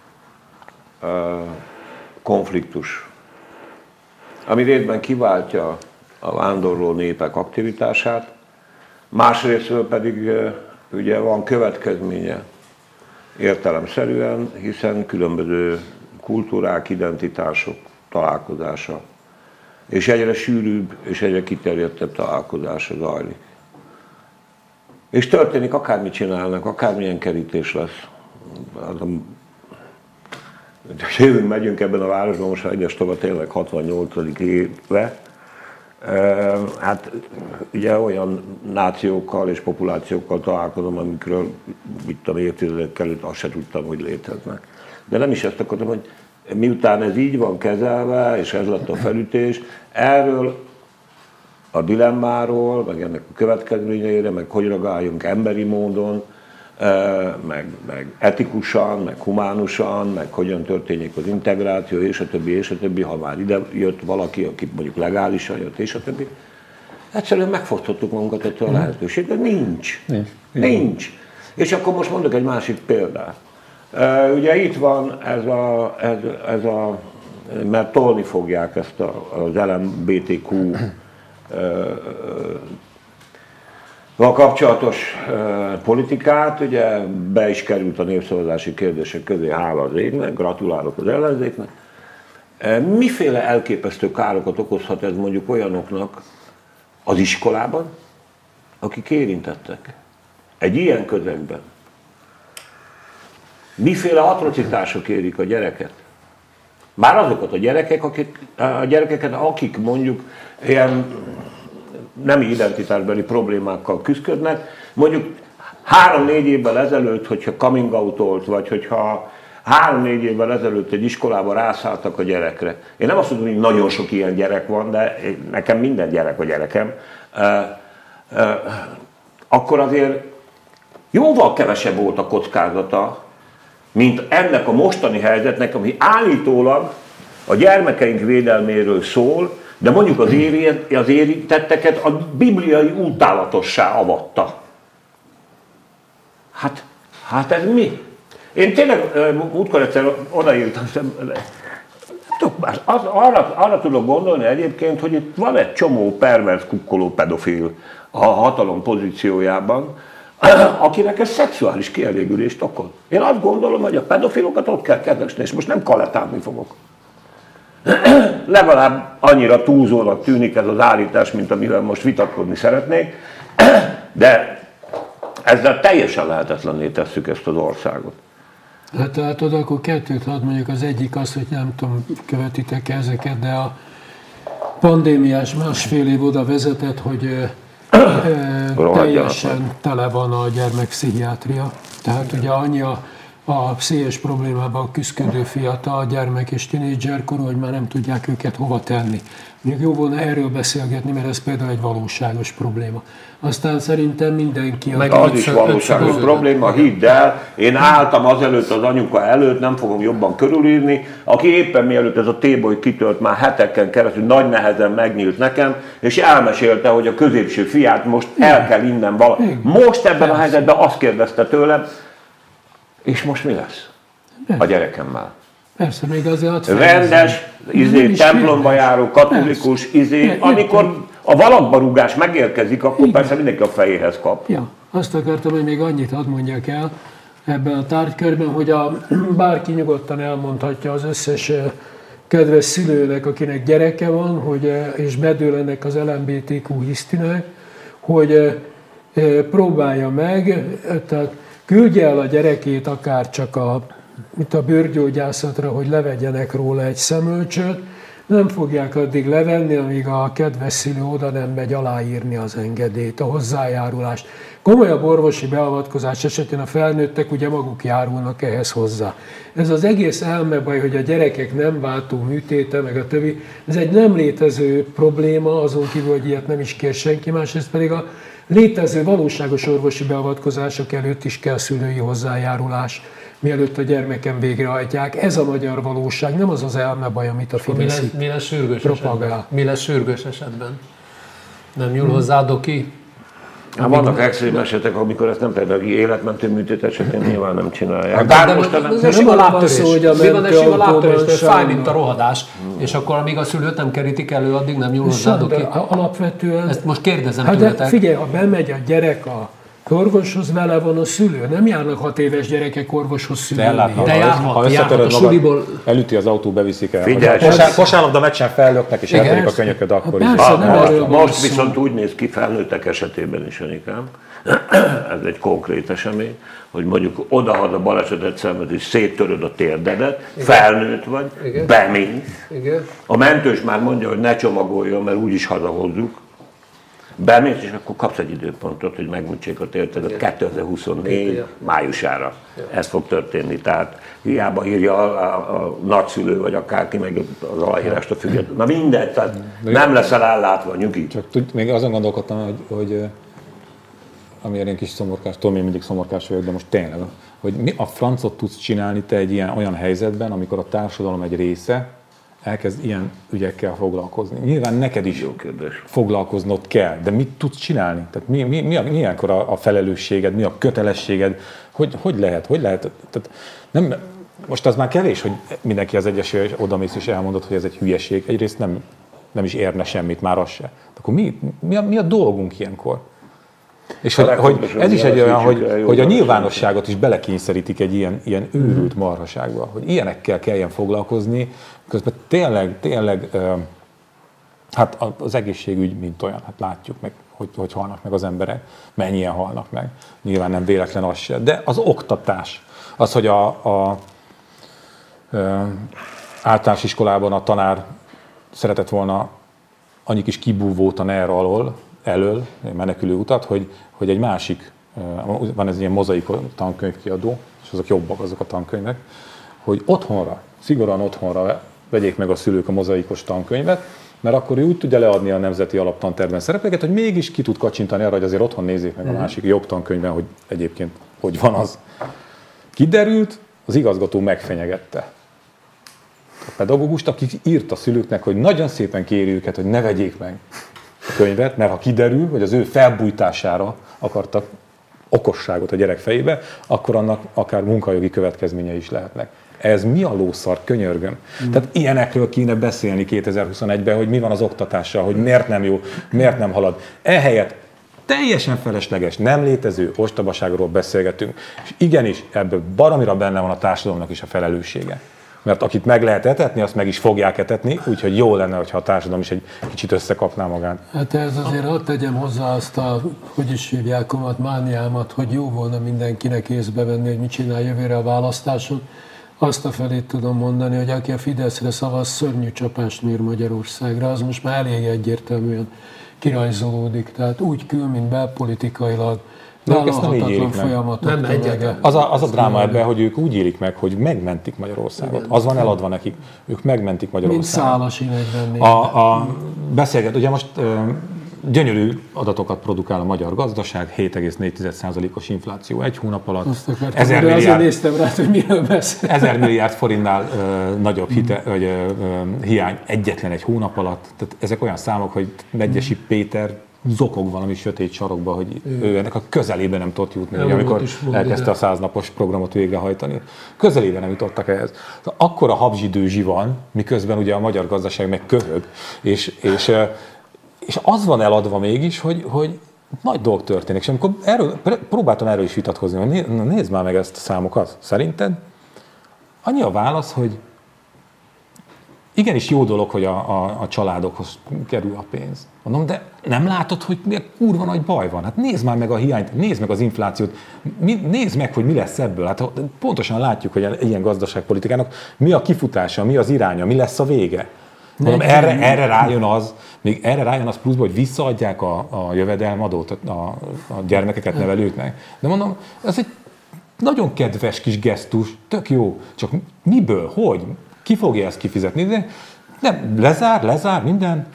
konfliktus, ami részben kiváltja a vándorló népek aktivitását, másrésztről pedig ugye van következménye értelemszerűen, hiszen különböző kultúrák, identitások találkozása, és egyre sűrűbb és egyre kiterjedtebb találkozása zajlik. És történik, akármit csinálnak, akármilyen kerítés lesz. Jövünk, megyünk ebben a városban, most egyes tovább tényleg 68. éve. Hát ugye olyan nációkkal és populációkkal találkozom, amikről évtizedekkel előtt azt se tudtam, hogy léteznek. De nem is ezt akartam, hogy miután ez így van kezelve, és ez lett a felütés, erről a dilemmáról, meg ennek a következményeire, meg hogy reagáljunk emberi módon, meg etikusan, meg humánusan, meg hogyan történjék az integráció, és a többi, ha már ide jött valaki, aki mondjuk legálisan jött, és a többi. Egyszerűen megfosztottuk magunkat ettől a lehetőséget, de nincs. És akkor most mondok egy másik példát. Ugye itt van ez a mert tolni fogják ezt az LMBTQ kapcsolatos politikát, ugye be is került a népszavazási kérdések közé, hála az égnek, gratulálok az ellenzéknek. Miféle elképesztő károkat okozhat ez mondjuk olyanoknak az iskolában, akik érintettek egy ilyen közegben? Miféle atrocitások érik a gyereket? Már azokat a gyerekeket, akik mondjuk ilyen nemi identitásbeli problémákkal küzdködnek, mondjuk 3-4 évvel ezelőtt, hogyha coming out-olt, vagy hogyha 3-4 évvel ezelőtt egy iskolába rászálltak a gyerekre. Én nem azt mondom, hogy nagyon sok ilyen gyerek van, de nekem minden gyerek a gyerekem. Akkor azért jóval kevesebb volt a kockázata, mint ennek a mostani helyzetnek, ami állítólag a gyermekeink védelméről szól, de mondjuk az érintetteket a bibliai utálatossá avatta. Hát ez mi? Én tényleg múltkor egyszer odaírtam, arra tudok gondolni egyébként, hogy itt van egy csomó pervers, kukkoló pedofil a hatalom pozíciójában, akinek ez szexuális kielégülést okoz. Én azt gondolom, hogy a pedofilokat ott kell keresni, és most nem kaletálni fogok. Legalább annyira túlzónak tűnik ez az állítás, mint amivel most vitatkozni szeretnék, de ezzel teljesen lehetetlenné tesszük ezt az országot. Hát tehát oda akkor kettőt hadd mondjuk, az egyik az, hogy nem tudom, követitek ezeket, de a pandémiás másfél év oda vezetett, hogy teljesen tele van a gyermekpszichiátria. Tehát ugye annyi a pszichés problémában küzdködő fiatal gyermek és tinédzserkorú, hogy már nem tudják őket hova tenni. Mondjuk jó volna erről beszélgetni, mert ez például egy valóságos probléma. Aztán szerintem mindenki... Meg az is valóságos probléma, hidd el, én álltam azelőtt az anyuka előtt, nem fogom jobban körülírni, aki éppen mielőtt ez a téboly kitört, már heteken keresztül nagy nehezen megnyílt nekem, és elmesélte, hogy a középső fiát most el kell innen valami. Most ebben a helyzetben azt kérdezte tőlem, és most mi lesz a gyerekemmel? Persze, még azért rendes, templomba járó, katolikus, amikor a valakbarúgás megérkezik, akkor persze mindenki a fejéhez kap. Ja, azt akartam, hogy még annyit hadd mondjak el ebben a tárgykörben, hogy bárki nyugodtan elmondhatja az összes kedves szülőnek, akinek gyereke van, és medől ennek az LMBTQ hisztinek, hogy próbálja meg, tehát küldje el a gyerekét akár csak a bőrgyógyászatra, hogy levegyenek róla egy szemölcsöt, nem fogják addig levenni, amíg a kedves szülő oda nem megy aláírni az engedélyt, a hozzájárulást. Komolyabb orvosi beavatkozás esetén a felnőttek ugye maguk járulnak ehhez hozzá. Ez az egész elmebaj, hogy a gyerekek nem váltó műtéte, meg a többi, ez egy nem létező probléma, azon kívül, hogy ilyet nem is kér senki más, ez pedig a létező valóságos orvosi beavatkozások előtt is kell szülői hozzájárulás, mielőtt a gyermeken végrehajtják. Ez a magyar valóság, nem az az elmebaj, amit a Fidesz propagál. Mi lesz sürgős esetben? Nem nyúl hozzá a doki? Hát vannak extrém esetek, amikor ezt nem például életmentő műtét esetén nyilván nem csinálják. De most ez a sima láttörés. Mi van egy sima láttörés, fáj, mint a rohadás, és akkor amíg a szülőt nem kerítik elő, addig nem nyúl hozzá a doki. Alapvetően... Ezt most kérdezem tőletek. De figyelj, ha bemegy a gyerek a orvoshoz, vele van a szülő. Nem járnak 6 éves gyerekek orvoshoz szülőni. De járhat a suliból. Elüti az autó, beviszik el. Figyelj, kosárlabda meccsen fellöknek és eltörik a könyököd akkor is. Most viszont úgy néz ki felnőttek esetében is, Anikám, ez egy konkrét esemény, hogy mondjuk odahad a balesetet szenved, és széttöröd a térdedet, felnőtt vagy, bemész. A mentős már mondja, hogy ne csomagoljon, mert úgyis hazahozzuk. Bemész, és akkor kapsz egy időpontot, hogy megmutsék a térdedet 2024 májusára. Ez fog történni. Tehát hiába írja a nagyszülő, vagy akárki meg az aláírást a független. Na mindegy, tehát nem leszel ellátva, nyugi. Csak még azon gondolkodtam, hogy amilyen én kis szomorkás, tudom, én mindig szomorkás vagyok, de most tényleg, hogy mi a francot tudsz csinálni te egy olyan helyzetben, amikor a társadalom egy része elkezd ilyen ügyekkel foglalkozni. Nyilván neked is foglalkoznod kell, de mit tudsz csinálni? Tehát mi ilyenkor a felelősséged, mi a kötelességed? Hogy lehet? Tehát nem, most az már kevés, hogy mindenki az egyesül, és odamész és elmondod, hogy ez egy hülyeség. Egyrészt nem is érne semmit, már az se. Akkor mi a dolgunk ilyenkor? És hogy ez is egy olyan, hogy a nyilvánosságot is belekényszerítik egy ilyen őrült marhaságba, hogy ilyenekkel kelljen foglalkozni, közben tényleg hát az egészségügy mint olyan, hát látjuk meg, hogy halnak meg az emberek, mennyien halnak meg, nyilván nem véletlen az se, de az oktatás, az, hogy a általános iskolában a tanár szeretett volna annyi kis kibúvót a NER elől, menekülő utat, hogy egy másik, van ez ilyen mozaik tankönyvkiadó, és azok jobbak azok a tankönyvek, hogy otthonra, szigorúan otthonra vegyék meg a szülők a mozaikos tankönyvet, mert akkor ő úgy tudja leadni a nemzeti alaptantervben szereplőket, hogy mégis ki tud kacsintani arra, hogy azért otthon nézzék meg a másik jogtankönyvben, hogy egyébként hogy van az. Kiderült, az igazgató megfenyegette a pedagógust, aki írt a szülőknek, hogy nagyon szépen kéri őket, hogy ne vegyék meg a könyvet, mert ha kiderül, hogy az ő felbújtására akartak okosságot a gyerek fejébe, akkor annak akár munkajogi következményei is lehetnek. Ez mi a lószar, könyörgöm? Tehát ilyenekről kéne beszélni 2021-ben, hogy mi van az oktatással, hogy miért nem jó, miért nem halad. Ehelyett teljesen felesleges, nem létező ostobaságról beszélgetünk. És igenis, ebből baromira benne van a társadalomnak is a felelőssége. Mert akit meg lehet etetni, azt meg is fogják etetni, úgyhogy jó lenne, hogyha a társadalom is egy kicsit összekapná magát. Hát ez azért hadd tegyem hozzá azt a, hogy is hívják, mániámat, hogy jó volna mindenkinek észbe venni, hogy mit csinál jövőre a választáson. Azt a felét tudom mondani, hogy aki a Fideszre szavaz, szörnyű csapást mér Magyarországra, az most már elég egyértelműen kirajzolódik. Tehát úgy kül, mint belpolitikailag. De ők ezt nem így élik meg. Az a dráma ebben, hogy ők úgy élik meg, hogy megmentik Magyarországot. Az van eladva nekik. Ők megmentik Magyarországot. Mint Szálasi 44. Beszélget, ugye most gyönyörű adatokat produkál a magyar gazdaság, 7,4%-os infláció egy hónap alatt. Ezer milliárd forintnál nagyobb hiány egyetlen egy hónap alatt. Tehát ezek olyan számok, hogy Megyesi Péter zokog valami sötét sarokba, hogy ő ennek a közelében nem tudott jutni, amikor elkezdte a 100 napos programot végrehajtani. Közelében nem jutottak ehhez. Akkora habzsidőzsi van, miközben ugye a magyar gazdaság meg köhög, és az van eladva mégis, hogy nagy dolog történik. És amikor próbáltam erről is vitatkozni, hogy nézd már meg ezt a számokat. Szerinted annyi a válasz, hogy igenis jó dolog, hogy a családokhoz kerül a pénz. Mondom, de nem látod, hogy kurva nagy baj van? Hát nézd már meg a hiányt, nézd meg az inflációt, nézd meg, hogy mi lesz ebből. Hát pontosan látjuk, hogy ilyen gazdaságpolitikának mi a kifutása, mi az iránya, mi lesz a vége. Mondom, erre rájön az pluszban, hogy visszaadják a jövedelmadót a gyermekeket nevelőknek. De mondom, ez egy nagyon kedves kis gesztus, tök jó. Csak miből, hogy? Ki fogja ezt kifizetni? De nem, lezár, minden.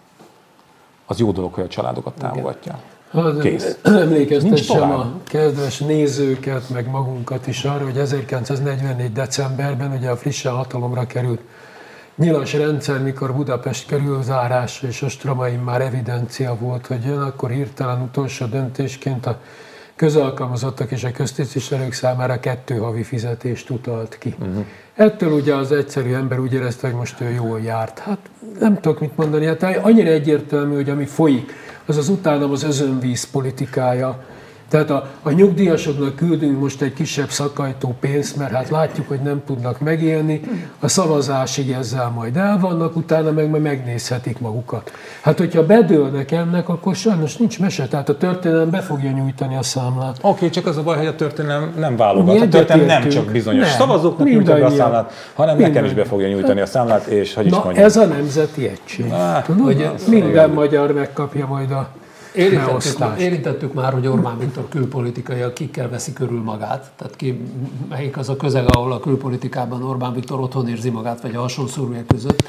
Az jó dolog, hogy a családokat támogatja. Kész. Emlékeztessem a kedves nézőket, meg magunkat is arra, hogy 1944. decemberben ugye a frissen hatalomra került nyilas rendszer, mikor Budapest körülzárás és ostromai már evidencia volt, hogy jön, akkor hirtelen utolsó döntésként a közalkalmazottak és a köztisztviselők számára 2 havi fizetést utalt ki. Ettől ugye az egyszerű ember úgy érezte, hogy most ő jól járt. Hát nem tudok mit mondani, hát annyira egyértelmű, hogy ami folyik, az utánam az özönvíz politikája. Tehát a nyugdíjasoknak küldünk most egy kisebb szakajtó pénzt, mert hát látjuk, hogy nem tudnak megélni, a szavazásig ezzel majd el vannak, utána meg majd megnézhetik magukat. Hát hogyha bedőlnek ennek, akkor sajnos nincs mese, tehát a történelem be fogja nyújtani a számlát. Oké, csak az a baj, hogy a történelem nem válogat. A történelem nem csak bizonyos szavazóknak nyújtja be a számlát, hanem nekem is be fogja nyújtani a számlát, és hogy is mondjam. Ez a nemzeti egység. Hogy minden magyar megkapja majd a Érintettük már, hogy Orbán Viktor külpolitikai, kikkel veszi körül magát. Tehát melyik az a közeg, ahol a külpolitikában Orbán Viktor otthon érzi magát, vagy a hasonszorúek között.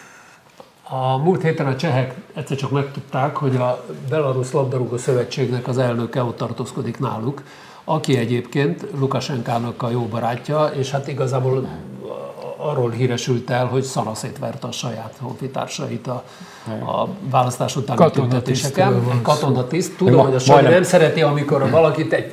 A múlt héten a csehek egyszer csak megtudták, hogy a Belarusz labdarúgó szövetségnek az elnöke ott tartózkodik náluk, aki egyébként Lukasenkának a jó barátja, és hát igazából arról híresült el, hogy szanaszét verte a saját honfitársait a választás utáni tüntetéseken. Egy katonatiszt. Tudom, hogy a Sanyi nem szereti, amikor valakit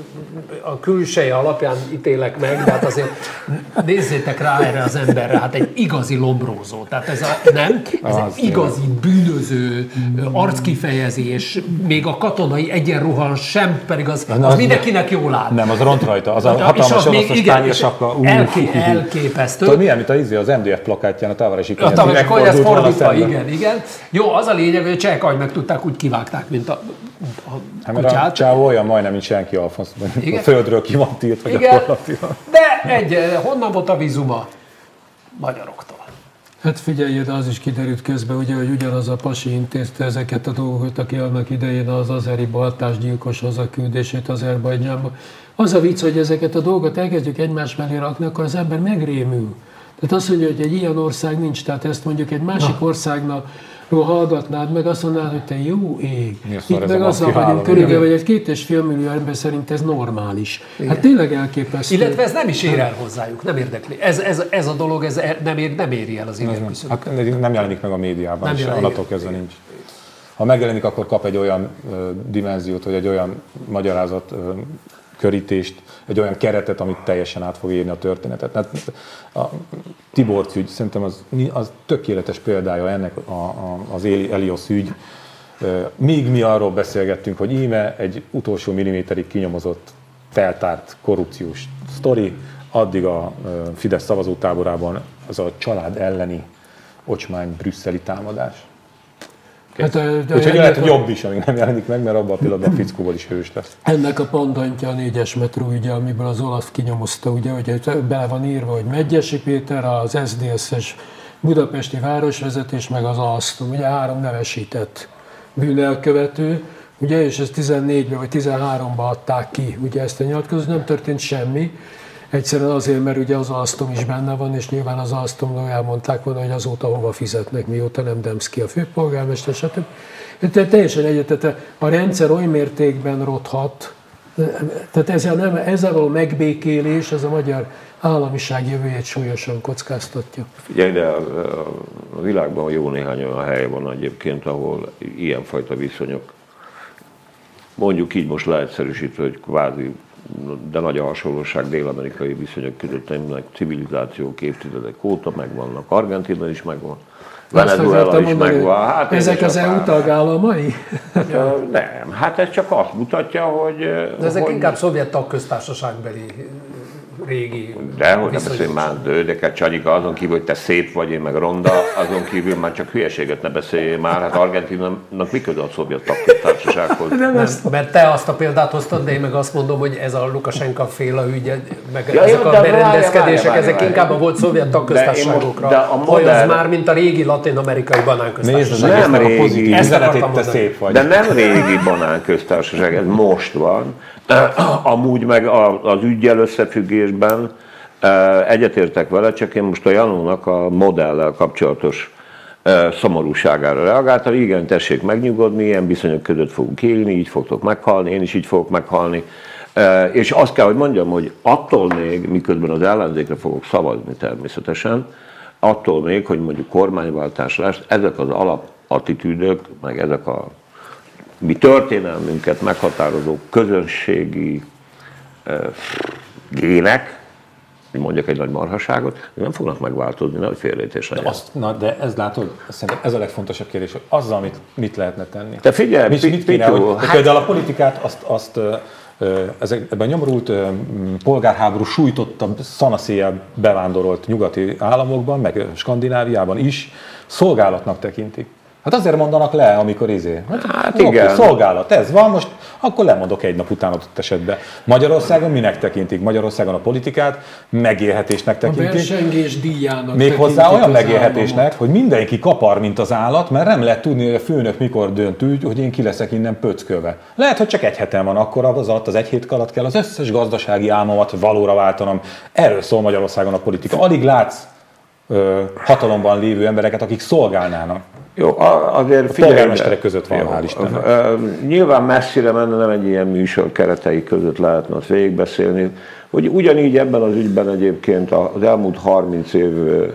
a külseje alapján ítélek meg, de hát azért nézzétek rá erre az emberre, hát egy igazi lombrózó. Tehát ez egy igazi bűnöző arckifejezés, még a katonai egyenruhan sem, pedig az mindenkinek jól áll. Nem, az ront rajta, az a hatalmas oroszos tányérsapka. Elképesztő. Tudod, milyen, mint az MDF plakátján a Távárosi Konyház fordítva, igen. Jó, az a lényeg, hogy a csehek, ahogy megtudták, úgy kivágták, mint a kutyát. A csávó olyan majdnem, mint Senki Alfonsz, a földről ki van tiltva gyakorlatilag. De honnan volt a vízuma? Magyaroktól. Hát figyelj, de az is kiderült közben, ugye, hogy ugyanaz a pasi intézte ezeket a dolgokat, aki annak idején az azeri baltásgyilkos hazaküldését Azerbajdzsánba. Az a vicc, hogy ezeket a dolgokat elkezdjük egymás mellé rakni, akkor az ember megrémül. Tehát azt mondja, hogy egy ilyen ország nincs, tehát ezt mondjuk egy másik országnak hallgatnád meg, azt mondanád, hogy te jó ég. Itt meg azzal vagyunk körülbelül, hogy egy 2,5 millió ember szerint ez normális. Igen. Hát tényleg elképesztő. Illetve ez nem is ér el hozzájuk, nem érdekli. Ez a dolog nem éri el az életküszöböt. Hát nem jelenik meg a médiában, és onnantól kezdve nincs. Ha megjelenik, akkor kap egy olyan dimenziót, vagy egy olyan magyarázat, körítést, egy olyan keretet, amit teljesen át fog írni a történetet. Hát a Tiborcs ügy szerintem az tökéletes példája ennek az Elios ügy. Míg mi arról beszélgettünk, hogy íme egy utolsó milliméterig kinyomozott, feltárt korrupciós sztori, addig a Fidesz szavazótáborában az a család elleni ocsmány brüsszeli támadás. Úgyhogy lehet, hogy jobb is, amíg nem jelenik meg, mert abban a pillanatban a fickóval is hős lesz. Ennek a pandantja a 4-es metró ügye, amiből az Olaf kinyomozta, ugye, hogy bele van írva, hogy Medgyessy Péter, az SZDSZ-es budapesti városvezetés, meg az Alstom, ugye 3 nevesített bűnelkövető, ugye, és ezt 14-ben vagy 13-ban adták ki, ugye ezt a nyilatkozatot, nem történt semmi. Egyszerűen azért, mert ugye az Alstom is benne van, és nyilván az Alstomról elmondták volna, hogy azóta hova fizetnek, mióta nem Demszky a főpolgármester, stb. Tehát teljesen egyetlen, a rendszer oly mértékben rothat, tehát ezzel való megbékélés, ez a magyar államiság jövőjét súlyosan kockáztatja. Figyelj, de a világban jó néhány olyan hely van egyébként, ahol ilyenfajta viszonyok, mondjuk így most leegyszerűsítve, hogy kvázi, de nagy a hasonlóság dél-amerikai viszonyok között, aminek civilizációk évtizedek óta megvannak, Argentina is megvan, Venezuela is megvan. Hát ezek az EU tagállamai? Nem, hát ez csak azt mutatja, hogy... De ezek inkább szovjet tagköztársaságbeli régi Dehogy ne beszélj már, de Csanyika, azon kívül, hogy te szép vagy, én meg ronda, azon kívül már csak hülyeséget ne beszéljél már. Hát Argentínának mi köze a szovjet társasághoz? Mert te azt a példát hoztad, de én meg azt mondom, hogy ez a Lukasenka féle ügy, meg ezek a berendezkedések, ezek inkább a volt szovjet tagköztársaságokra. Az már, mint a régi latin-amerikai banánköztársaság. Nem régi, szép vagy. De nem régi banánköztársaság, ez most van. Amúgy meg az üggyel összefüggésben egyetértek vele, csak én most a Janónak a modellel kapcsolatos szomorúságára reagáltam. Igen, tessék megnyugodni, ilyen viszonyok között fogunk élni, így fogtok meghalni, én is így fogok meghalni. És azt kell, hogy mondjam, hogy attól még, miközben az ellenzékre fogok szavazni természetesen, attól még, hogy mondjuk kormányváltás lesz, ezek az alapattitűdök, meg ezek a mi történelmünket meghatározó közönségi gének, hogy mondjak egy nagy marhaságot, nem fognak megváltozni, nehogy félreértés legyen. De ez látod, szerintem ez a legfontosabb kérdés, hogy azzal mit lehetne tenni. Te figyelj, mit kéne, hogy például a politikát ebben a nyomorult polgárháború sújtotta szanaszéjjel bevándorolt nyugati államokban, meg Skandináviában is szolgálatnak tekintik. Hát azért mondanak le, amikor Hát igen. Szolgálat, ez van, most akkor lemondok egy nap után ott esetben. Magyarországon minek tekintik? Magyarországon a politikát megélhetésnek tekintik. A versengés díjának méghozzá olyan megélhetésnek, hogy mindenki kapar, mint az állat, mert nem lehet tudni, hogy a főnök mikor dönt úgy, hogy én ki leszek innen pöckölve. Lehet, hogy csak egy heten van, akkor az alatt, az egy hét alatt kell az összes gazdasági álmomat valóra váltanom. Erről szól Magyarországon a politika. Alig látsz hatalomban lévő embereket, akik szolgálnának. Jó, azért figyelj, a polgármesterek között van, hál' Istennek. Nyilván messzire menne, nem egy ilyen műsor keretei között lehetne azt végigbeszélni, hogy ugyanígy ebben az ügyben egyébként az elmúlt 30 év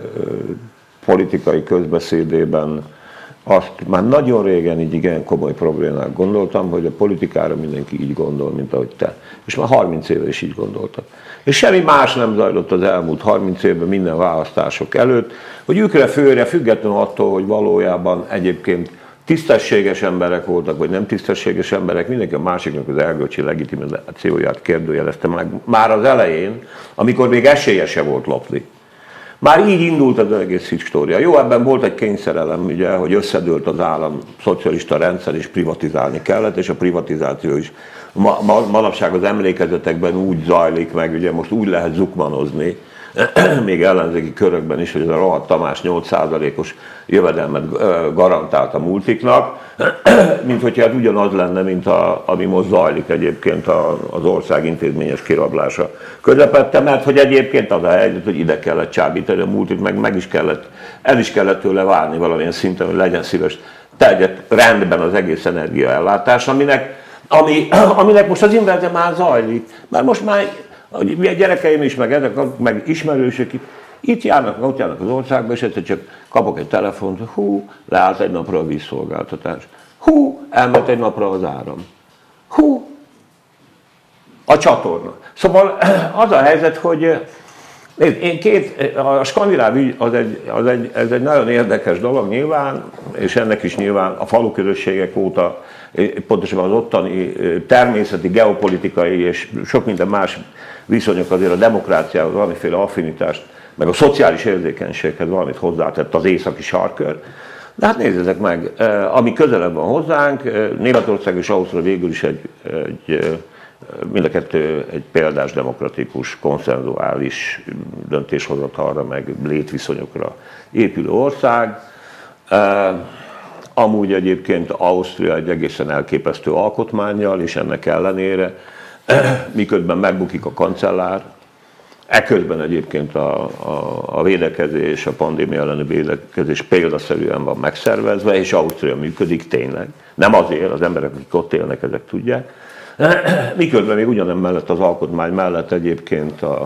politikai közbeszédében azt már nagyon régen így igen komoly problémák gondoltam, hogy a politikára mindenki így gondol, mint ahogy te. És már 30 éve is így gondoltak. És semmi más nem zajlott az elmúlt 30 évben minden választások előtt, hogy ükre-főre, függetlenül attól, hogy valójában egyébként tisztességes emberek voltak, vagy nem tisztességes emberek, mindenki a másiknak az erkölcsi legitimációját kérdőjelezte meg már az elején, amikor még esélye se volt lopni. Már így indult az egész história. Jó, ebben volt egy kényszerelem, ugye, hogy összedőlt az állam szocialista rendszer, és privatizálni kellett, és a privatizáció is manapság az emlékezetekben úgy zajlik meg, ugye most úgy lehet zukmanozni, még ellenzéki körökben is, hogy ez a rohadt Tamás 8%-os jövedelmet garantált a multiknak, mint hogyha ez ugyanaz lenne, mint ami most zajlik egyébként az ország intézményes kirablása közepette, mert hogy egyébként az a helyzet, hogy ide kellett csábítani a multit, meg is kellett, el is kellett tőle várni valamilyen szinten, hogy legyen szíves, tegye rendben az egész energiaellátás, aminek most az inverze már zajlik, mert most már a gyerekeim is, meg ismerősök itt járnak, ott járnak az országba, és egyszer csak kapok egy telefont, leállt egy napra a vízszolgáltatás. Elment egy napra az áram. A csatorna. Szóval az a helyzet, hogy a skandináv ügy ez egy nagyon érdekes dolog nyilván, és ennek is nyilván a faluközösségek óta, pontosabban az ottani természeti, geopolitikai és sok minden más viszonyok azért a demokráciához valamiféle affinitást, meg a szociális érzékenységhez valamit hozzátett az északi sarkör. De hát nézzétek meg, ami közelebb van hozzánk, Németország és Ausztria végül is mind a kettő egy példás demokratikus, konszenzuális döntéshozatalra, meg létviszonyokra épülő ország. Amúgy egyébként Ausztria egy egészen elképesztő alkotmánnyal, és ennek ellenére, miközben megbukik a kancellár, eközben egyébként a védekezés, a pandémia elleni védekezés példaszerűen van megszervezve, és Ausztria működik tényleg. Nem azért, az emberek, akik ott élnek, ezek tudják. Miközben még ugyanemmellett az alkotmány mellett egyébként a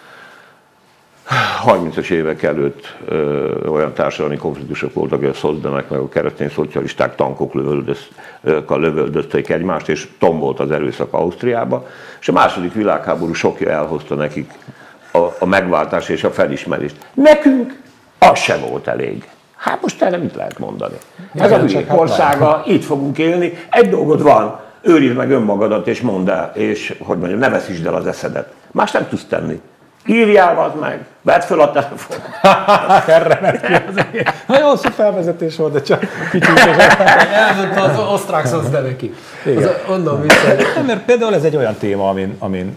30-as évek előtt olyan társadalmi konfliktusok voltak, hogy a szozdemek meg a keresztény szocialisták tankokkal lövöldözték egymást, és tombolt az erőszak Ausztriába, és a második világháború sokja elhozta nekik a megváltás és a felismerést. Nekünk az se volt elég. Hát most erre mit lehet mondani? Ez a hülyék országa, itt fogunk élni, egy dolgod van, őrizd meg önmagadat és mondd el, és hogy mondjam, ne veszítsd el az eszedet. Más nem tudsz tenni. Írjál, az meg, vedd fel a telefon. Erre ment ki az egész. Nagyon szó felvezetés volt, de csak kicsit. Elmondta az osztrák szosz, de neki. Onnan vissza. Mert például ez egy olyan téma, amin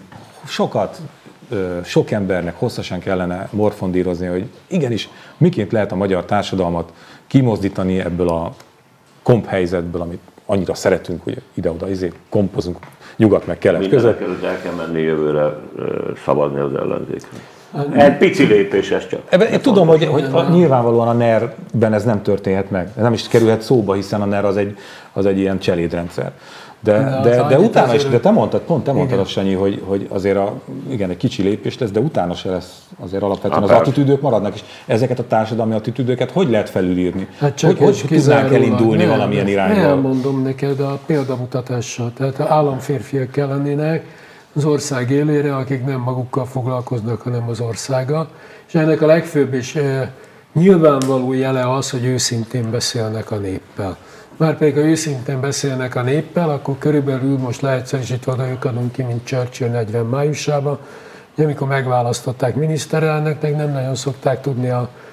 sok embernek hosszasan kellene morfondírozni, hogy igenis, miként lehet a magyar társadalmat kimozdítani ebből a komphelyzetből, amit annyira szeretünk, hogy ide-oda kompozunk nyugat meg kelet között. Mindenek előtt el kell menni jövőre szavazni az ellenzékre. Egy pici lépés ez csak. Én tudom, hogy nyilvánvalóan a NER-ben ez nem történhet meg. Nem is kerülhet szóba, hiszen a NER az egy ilyen cselédrendszer. De utána is, de te mondtad azt, Sanyi, hogy azért igen, egy kicsi lépés lesz, de utána se lesz azért alapvetően az attitűdők maradnak, és ezeket a társadalmi attitűdőket hogy lehet felülírni? Hát hogy tudnánk elindulni valamilyen irányba? Nem mondom neked a példamutatással, tehát államférfiak kell lennének az ország élére, akik nem magukkal foglalkoznak, hanem az országgal, és ennek a legfőbb és nyilvánvaló jele az, hogy őszintén beszélnek a néppel. Márpedig, ha őszintén beszélnek a néppel, akkor körülbelül most leegyszerűsítve oda adunk ki, mint Churchill 40 májusában, hogy amikor megválasztották miniszterelnöknek, nem nagyon szokták tudni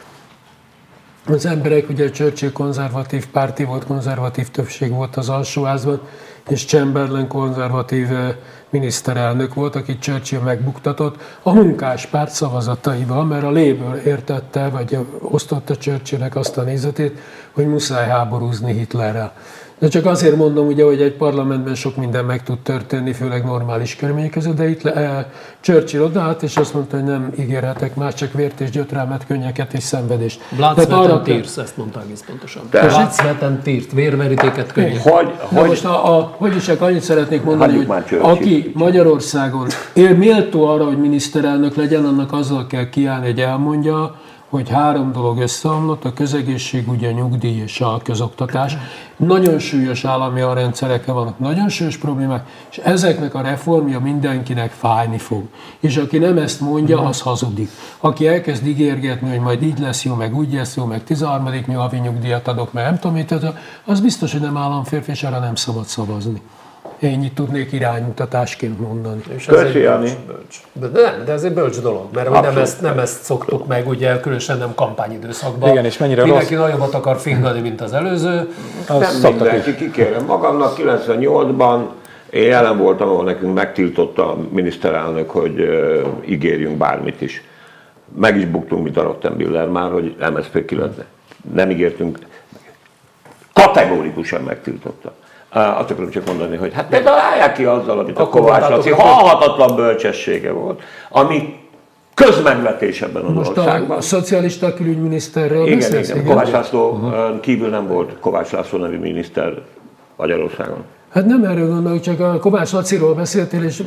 az emberek, ugye Churchill konzervatív párti volt, konzervatív többség volt az alsóházban, és Chamberlain konzervatív miniszterelnök volt, akit Churchill megbuktatott a munkáspárt szavazataival, mert a Labour értette, vagy osztotta Churchillnek azt a nézetét, hogy muszáj háborúzni Hitlerrel. De csak azért mondom, ugye, hogy egy parlamentben sok minden meg tud történni, főleg normális körülmények között, de itt Churchill odaállt, és azt mondta, hogy nem ígérhetek más, csak vért és gyötrelmet, könnyeket és szenvedést. Blood, sweat and tears, ezt mondta egész pontosan. Blood, sweat and tears, vérverítéket, könnyeket. Hogy is csak annyit szeretnék mondani, hogy aki Magyarországon méltó arra, hogy miniszterelnök legyen, annak azzal kell kiállni, hogy elmondja, hogy 3 dolog összeomlott, a közegészségügy, a nyugdíj és a közoktatás. Nagyon súlyos állami alrendszerekkel vannak, nagyon súlyos problémák, és ezeknek a reformja mindenkinek fájni fog. És aki nem ezt mondja, az hazudik. Aki elkezd ígérgetni, hogy majd így lesz jó, meg úgy lesz jó, meg 13. havi nyugdíjat adok, meg nem tudom mit, az biztos, hogy nem államférfi, és arra nem szabad szavazni. Ennyit tudnék iránymutatásként mondani. És ez egy bölcs. De ez egy bölcs dolog, mert nem ezt szoktuk meg, ugye különösen nem kampányidőszakban. Igen, és mennyire mindenki nagyobbat akar fingani, mint az előző. Nem mindenki, kikérem magamnak. 98-ban én jelen voltam, ahol nekünk megtiltotta a miniszterelnök, hogy ígérjünk bármit is. Meg is buktunk, mint a Rottenbiller már, hogy MSZP 9. Nem ígértünk. Kategórikusan megtiltotta. Azt akarom csak mondani, hogy hát például állják ki azzal, amit a Kovács Laci halhatatlan bölcsessége volt, ami közmegvetés ebben az országban. Most a szocialista külügyminiszterről beszélsz? Igen. Kovács László kívül nem volt Kovács László nevű miniszter Magyarországon. Hát nem erről gondolok, csak a Kovács Laciról beszéltél, és...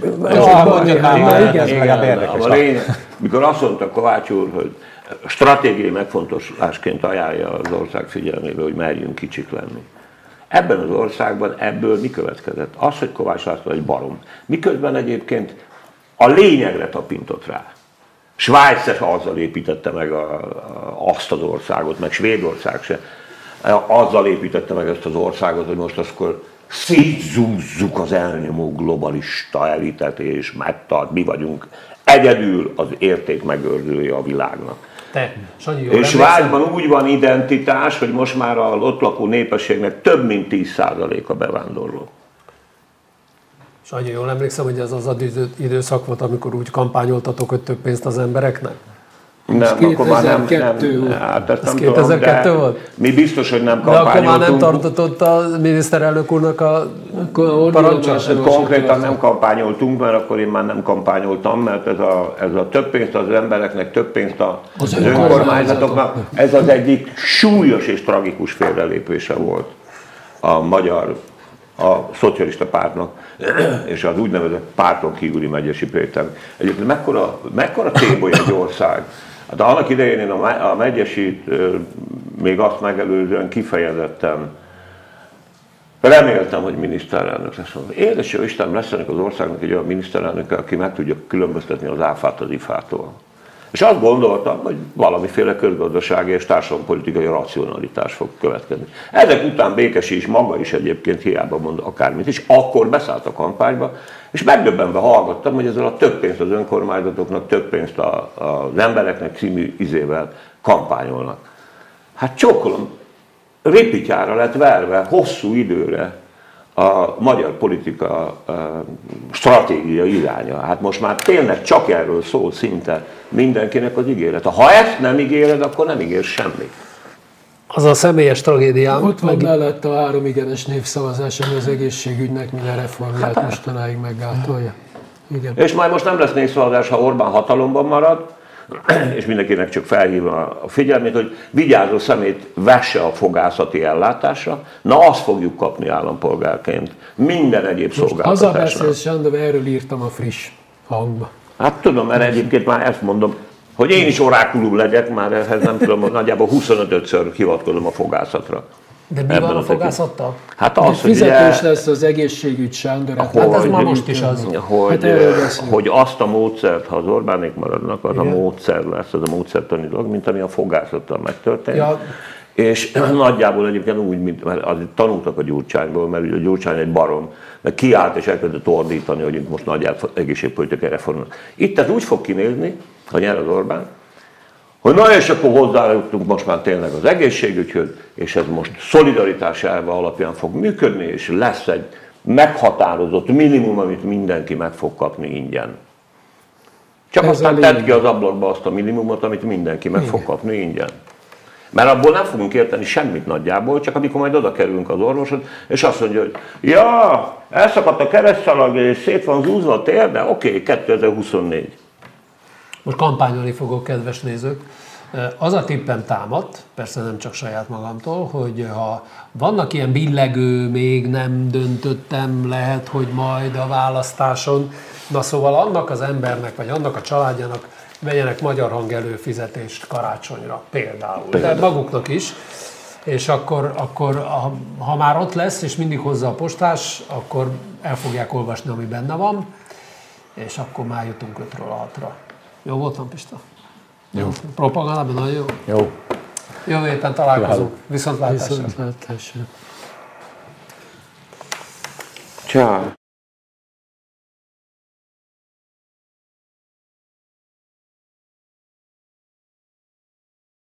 Mikor azt mondta Kovács úr, hogy stratégiai megfontolásként ajánlja az ország figyelmébe, hogy merjünk kicsik lenni. Ebben az országban ebből mi következett? Az, hogy Kovács László egy barom. Miközben egyébként a lényegre tapintott rá. Svájc azzal építette meg azt az országot, meg Svédország se. Azzal építette meg ezt az országot, hogy most akkor szétzúzzuk az elnyomó globalista elitet és megtart. Mi vagyunk egyedül az érték megőrzője a világnak. És Svájcban úgy van identitás, hogy most már az ott lakó népességnek több mint 10% a bevándorló. Sanyi, jól emlékszem, hogy ez az időszak volt, amikor úgy kampányoltatok, hogy több pénzt az embereknek? Nem, akkor már nem. Hát ezt nem 2002 tudom, volt? Mi biztos, hogy nem kampányoltunk. De akkor már nem tartotott a miniszterelnök úrnak a parancsát? Konkrétan nem kampányoltunk, mert akkor én már nem kampányoltam, mert ez a több pénzt az embereknek, több pénzt az önkormányzatoknak, ez az egyik súlyos és tragikus félrelépése volt a szocialista pártnak, és az úgynevezett párton kívüli Megyesi Péter. Egyébként mekkora téboly egy ország. Hát annak idején én a Megyesit még azt megelőzően kifejezetten reméltem, hogy miniszterelnök lesz. Édes jó Isten, lesz ennek az országnak egy olyan miniszterelnök, aki meg tudja különböztetni az áfát az ifától. És azt gondoltam, hogy valamiféle közgazdasági és társadalompolitikai racionalitás fog következni. Ezek után Békesi is maga is egyébként hiába mond akármit, és akkor beszállt a kampányba, és megdöbbenve hallgattam, hogy ezzel a több pénzt az önkormányzatoknak, több pénzt az embereknek című izével kampányolnak. Hát csókolom, ripityára lett verve hosszú időre a magyar politika stratégia iránya. Hát most már tényleg csak erről szól szinte mindenkinek az ígérete. Ha ezt nem ígéred, akkor nem ígér semmit. Az a személyes tragédiám. Ott van mellett a 3 igenes népszavazás, ami az egészségügynek minden reformját mostanáig meggátolja. Igen. És majd most nem lesz népszavazás, ha Orbán hatalomban marad, és mindenkinek csak felhívna a figyelmét, hogy vigyázó szemét vesse a fogászati ellátásra, na azt fogjuk kapni állampolgárként minden egyéb szolgáltatásra. Hazabeszélsz, Sándor, erről írtam a friss hangba. Hát tudom, mert egyébként már ezt mondom, hogy én is orákulum legyek, már ehhez nem tudom, nagyjából 25-ször hivatkozom a fogászatra. De mi van a fogászattal? Hát az, fizetős lesz az egészségügy, Sándor. Hát ez már most is az. Hogy azt a módszert, ha az Orbánék maradnak, az a módszer lesz, az a módszertani dolog, mint ami a fogászattal megtörtént. Ja. És nagyjából egyébként úgy, mint mert azért tanultak a Gyurcsányból, mert ugye a Gyurcsány egy barom, mert kiállt és elkezdett ordítani, hogy most nagy egészségpolitikai reformnak. Itt ez úgy fog kinézni, ha nyer az Orbán, hogy na és akkor hozzájutunk most már tényleg az egészségügyhöz, és ez most szolidaritás elve alapján fog működni, és lesz egy meghatározott minimum, amit mindenki meg fog kapni ingyen. Csak ez aztán tedd ki az ablakba azt a minimumot, amit mindenki meg fog kapni ingyen. Mert abból nem fogunk érteni semmit nagyjából, csak amikor majd oda kerülünk az orvoshoz, és azt mondja, hogy ja, elszakadt a keresztszalag, és szét van zúzva a térde, oké, 2024. Most kampányolni fogok, kedves nézők. Az a tippem támadt, persze nem csak saját magamtól, hogy ha vannak ilyen billegő, még nem döntöttem, lehet, hogy majd a választáson, na szóval annak az embernek, vagy annak a családjának vegyenek Magyar Hang előfizetést karácsonyra például. De maguknak is. És akkor ha már ott lesz, és mindig hozza a postás, akkor el fogják olvasni, ami benne van, és akkor már jutunk 5-ről 6-ra. Jó voltam, Pista? Jó. Propagandában nagyon jó? Jó. Jövő héten találkozunk. Viszontlátásra. Viszontlátásra. Ciao.